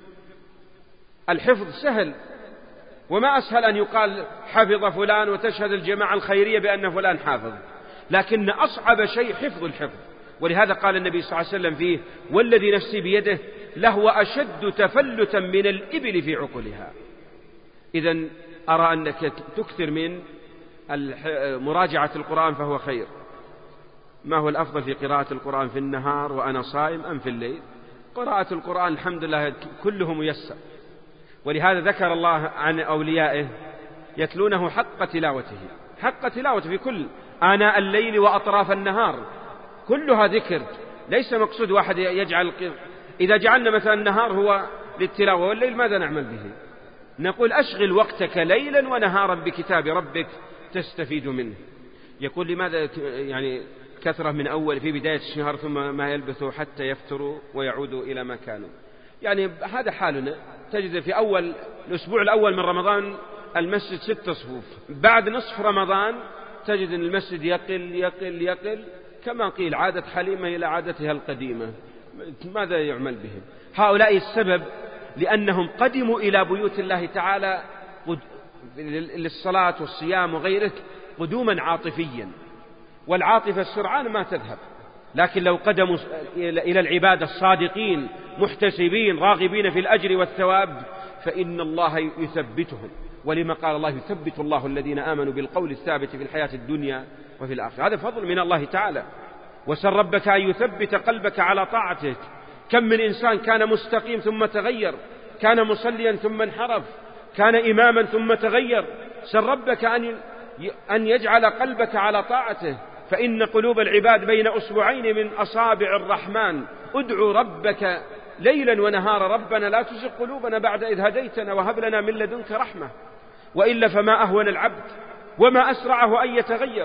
الحفظ سهل، وما أسهل أن يقال حفظ فلان وتشهد الجماعة الخيرية بأن فلان حافظ، لكن أصعب شيء حفظ الحفظ. ولهذا قال النبي صلى الله عليه وسلم فيه: والذي نفسي بيده لهو أشد تفلتا من الإبل في عقلها. إذن أرى أنك تكثر من مراجعة القرآن فهو خير. ما هو الأفضل في قراءة القرآن، في النهار وأنا صائم أم في الليل؟ قراءة القرآن الحمد لله كله ميسر، ولهذا ذكر الله عن أوليائه يتلونه حق تلاوته، حق تلاوته في كل آناء الليل وأطراف النهار، كلها ذكر. ليس مقصود واحد يجعل، إذا جعلنا مثلا النهار هو للتلاوة والليل ماذا نعمل به؟ نقول: أشغل وقتك ليلا ونهارا بكتاب ربك تستفيد منه. يقول: لماذا يعني كثرة من أول في بداية الشهر ثم ما يلبثوا حتى يفتروا ويعودوا إلى ما كانوا؟ يعني هذا حالنا. تجد في أول الأسبوع الأول من رمضان المسجد ست صفوف، بعد نصف رمضان تجد أن المسجد يقل يقل يقل، كما قيل: عادت حليمة إلى عادتها القديمة. ماذا يعمل بهم هؤلاء؟ السبب لأنهم قدموا إلى بيوت الله تعالى للصلاة والصيام وغيره قدوما عاطفيا، والعاطفة السرعان ما تذهب. لكن لو قدموا إلى العبادة الصادقين محتسبين راغبين في الأجر والثواب فإن الله يثبتهم. ولما قال الله: يثبت الله الذين آمنوا بالقول الثابت في الحياة الدنيا وفي الآخرة. هذا فضل من الله تعالى. وسل ربك أن يثبت قلبك على طاعته. كم من إنسان كان مستقيم ثم تغير، كان مصليا ثم انحرف، كان إماما ثم تغير. سل ربك أن أن يجعل قلبك على طاعته، فإن قلوب العباد بين أصبعين من أصابع الرحمن. ادعو ربك ليلا ونهارا: ربنا لا تزغ قلوبنا بعد إذ هديتنا وهب لنا من لدنك رحمة. وإلا فما أهون العبد وما أسرعه أن يتغير.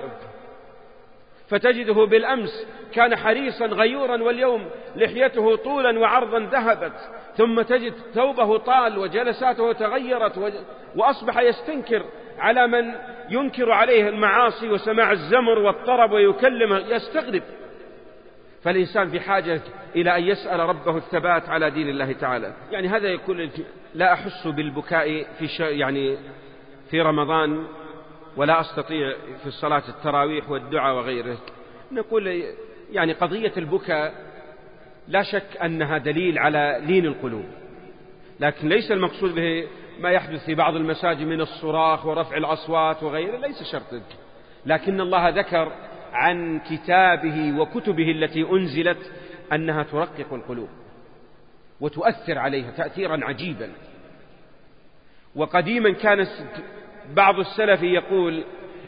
فتجده بالأمس كان حريصا غيورا، واليوم لحيته طولا وعرضا ذهبت، ثم تجد ثوبه طال وجلساته تغيرت، وأصبح يستنكر على من ينكر عليه المعاصي وسماع الزمر والطرب ويكلمه، يستغرب. فالإنسان في حاجة إلى أن يسأل ربه الثبات على دين الله تعالى. يعني هذا يقول: لا أحس بالبكاء في يعني في رمضان، ولا أستطيع في الصلاة التراويح والدعاء وغيره. نقول يعني قضية البكاء لا شك أنها دليل على لين القلوب، لكن ليس المقصود به ما يحدث في بعض المساجد من الصراخ ورفع الأصوات وغيره، ليس شرط. لكن الله ذكر عن كتابه وكتبه التي أنزلت أنها ترقق القلوب وتؤثر عليها تأثيرا عجيبا. وقديما كان بعض السلف يقول: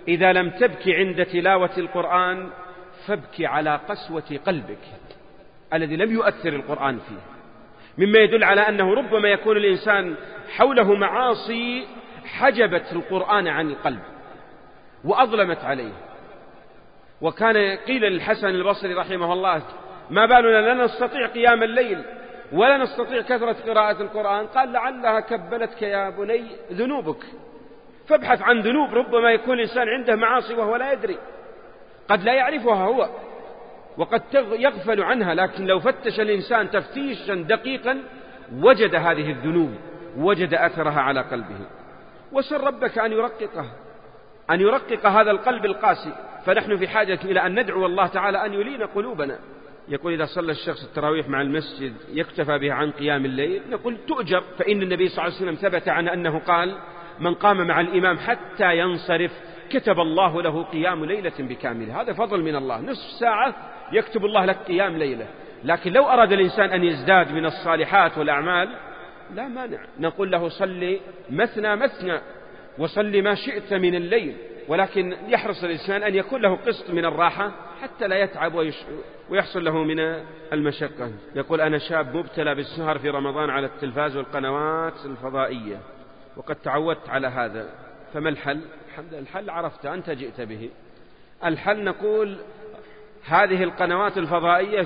إذا لم تبكي عند تلاوة القرآن فابكي على قسوة قلبك الذي لم يؤثر القرآن فيه، مما يدل على أنه ربما يكون الإنسان حوله معاصي حجبت القرآن عن القلب وأظلمت عليه. وكان قيل للحسن البصري رحمه الله: ما بالنا لا نستطيع قيام الليل ولا نستطيع كثرة قراءة القرآن؟ قال: لعلها كبلتك يا بني ذنوبك، فابحث عن ذنوب ربما يكون الإنسان عنده معاصي وهو لا يدري، قد لا يعرفها هو وقد يغفل عنها، لكن لو فتش الإنسان تفتيشا دقيقا وجد هذه الذنوب، وجد أثرها على قلبه. وسر ربك أن يرققه أن يرقق هذا القلب القاسي. فنحن في حاجة إلى أن ندعو الله تعالى أن يلين قلوبنا. يقول: إذا صلى الشخص التراويح مع المسجد يكتفى به عن قيام الليل، نقول: تؤجر، فإن النبي صلى الله عليه وسلم ثبت عنه أنه قال: من قام مع الإمام حتى ينصرف كتب الله له قيام ليلة بكامله. هذا فضل من الله، نصف ساعة يكتب الله لك قيام ليلة. لكن لو أراد الإنسان أن يزداد من الصالحات والأعمال لا مانع، نقول له: صلي مثنى مثنى وصلي ما شئت من الليل، ولكن يحرص الإنسان أن يكون له قسط من الراحة حتى لا يتعب ويحصل له من المشقة. يقول: أنا شاب مبتلى بالسهر في رمضان على التلفاز والقنوات الفضائية وقد تعودت على هذا، فما الحل؟ الحل عرفت، أنت جئت به. الحل نقول: هذه القنوات الفضائية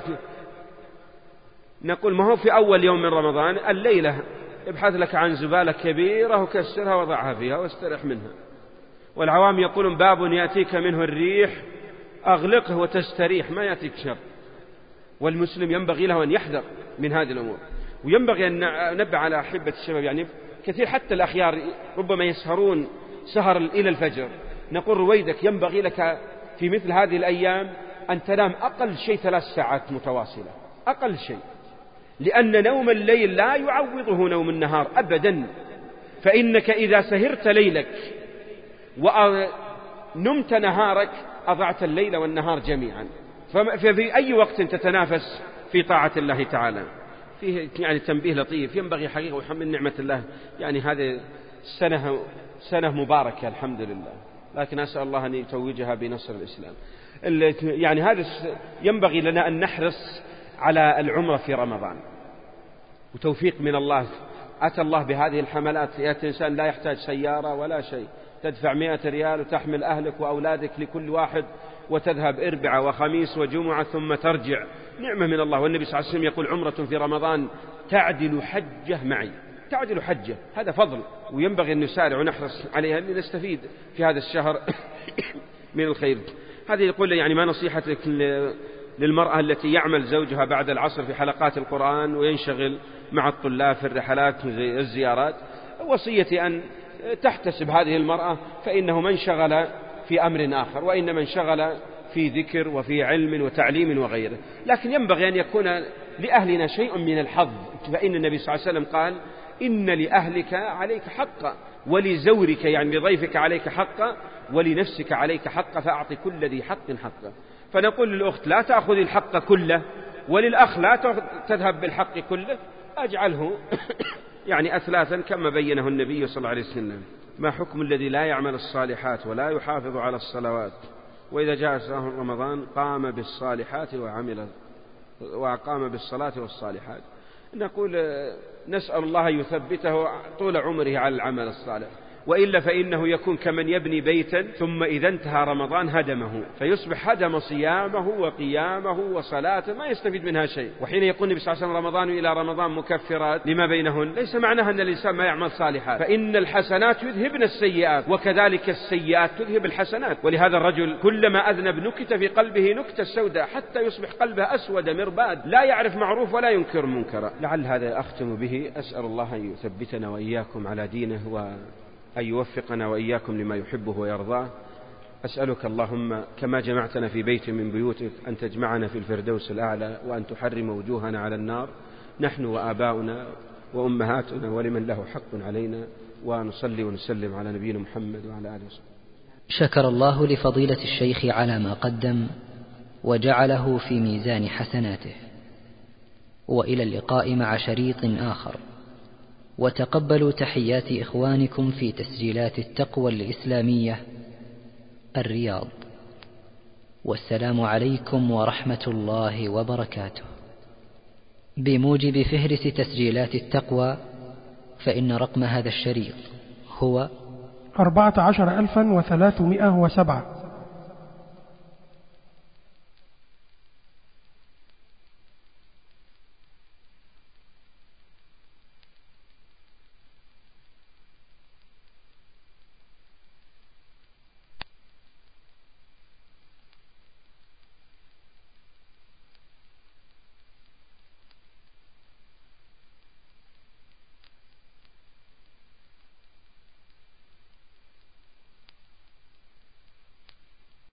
نقول ما هو في أول يوم من رمضان، الليلة ابحث لك عن زبالة كبيرة وكسرها وضعها فيها واسترح منها. والعوام يقولون: باب يأتيك منه الريح أغلقه وتستريح، ما يأتيك شر. والمسلم ينبغي له أن يحذر من هذه الأمور. وينبغي أن ننبه على أحبة الشباب، يعني كثير حتى الأخيار ربما يسهرون سهر إلى الفجر، نقول: رويدك ينبغي لك في مثل هذه الأيام أن تنام أقل شيء ثلاث ساعات متواصلة، أقل شيء، لأن نوم الليل لا يعوضه نوم النهار أبدا. فإنك إذا سهرت ليلك ونمت نهارك أضعت الليل والنهار جميعا. ففي أي وقت تتنافس في طاعة الله تعالى. فيه يعني تنبيه لطيف، ينبغي حقيقة وحمد نعمة الله، يعني هذه سنة سنة مباركة الحمد لله، لكن أسأل الله أن يتوجها بنصر الإسلام. يعني هذا ينبغي لنا أن نحرص على العمرة في رمضان، وتوفيق من الله. أتى الله بهذه الحملات، يأتي إنسان لا يحتاج سيارة ولا شيء، تدفع مئة ريال وتحمل أهلك وأولادك لكل واحد وتذهب أربعة وخميس وجمعة ثم ترجع، نعمة من الله. والنبي صلى الله عليه وسلم يقول: عمرة في رمضان تعدل حجة معي، تعدل حجة، هذا فضل، وينبغي أن نسارع ونحرص عليها لنستفيد في هذا الشهر من الخير. هذه يقول يعني ما نصيحتك للمرأة التي يعمل زوجها بعد العصر في حلقات القرآن وينشغل مع الطلاب في الرحلات زي الزيارات؟ وصيتي أن تحتسب هذه المرأة، فإنه من شغل في أمر آخر، وإنما انشغل في ذكر وفي علم وتعليم وغيره. لكن ينبغي أن يكون لأهلنا شيء من الحظ، فإن النبي صلى الله عليه وسلم قال: إن لأهلك عليك حقا، ولزورك يعني لضيفك عليك حقا، ولنفسك عليك حقا، فأعطي كل ذي حق حقا. فنقول للأخت: لا تأخذ الحق كله، وللأخ لا تذهب بالحق كله، أجعله يعني أثلاثا كما بينه النبي صلى الله عليه وسلم. ما حكم الذي لا يعمل الصالحات ولا يحافظ على الصلوات، وإذا جاء شهر رمضان قام بالصالحات وعمل وقام بالصلاة والصالحات؟ نقول: نسأل الله يثبته طول عمره على العمل الصالح، وإلا فإنه يكون كمن يبني بيتا ثم إذا انتهى رمضان هدمه، فيصبح هدم صيامه وقيامه وصلاته، ما يستفيد منها شيء. وحين يقول النبي صلى الله عليه وسلم: رمضان إلى رمضان مكفرات لما بينهن، ليس معناها أن الإنسان ما يعمل صالحات، فإن الحسنات يذهبن السيئات، وكذلك السيئات تذهب الحسنات. ولهذا الرجل كلما أذنب نكت في قلبه نكتة سوداء حتى يصبح قلبه أسود مرباد، لا يعرف معروف ولا ينكر منكرا. لعل هذا أختم به. أسأل الله أن يثبتنا وإياكم على دينه، و أن يوفقنا وإياكم لما يحبه ويرضاه. أسألك اللهم كما جمعتنا في بيت من بيوتك أن تجمعنا في الفردوس الأعلى، وأن تحرم وجوهنا على النار، نحن وآباؤنا وأمهاتنا ولمن له حق علينا. ونصلي ونسلم على نبينا محمد وعلى آله وصحبه. شكر الله لفضيلة الشيخ على ما قدم وجعله في ميزان حسناته. وإلى اللقاء مع شريط آخر، وتقبلوا تحيات إخوانكم في تسجيلات التقوى الإسلامية الرياض. والسلام عليكم ورحمة الله وبركاته. بموجب فهرس تسجيلات التقوى، فإن رقم هذا الشريط هو أربعة عشر ألفا وثلاثمائة وسبعة.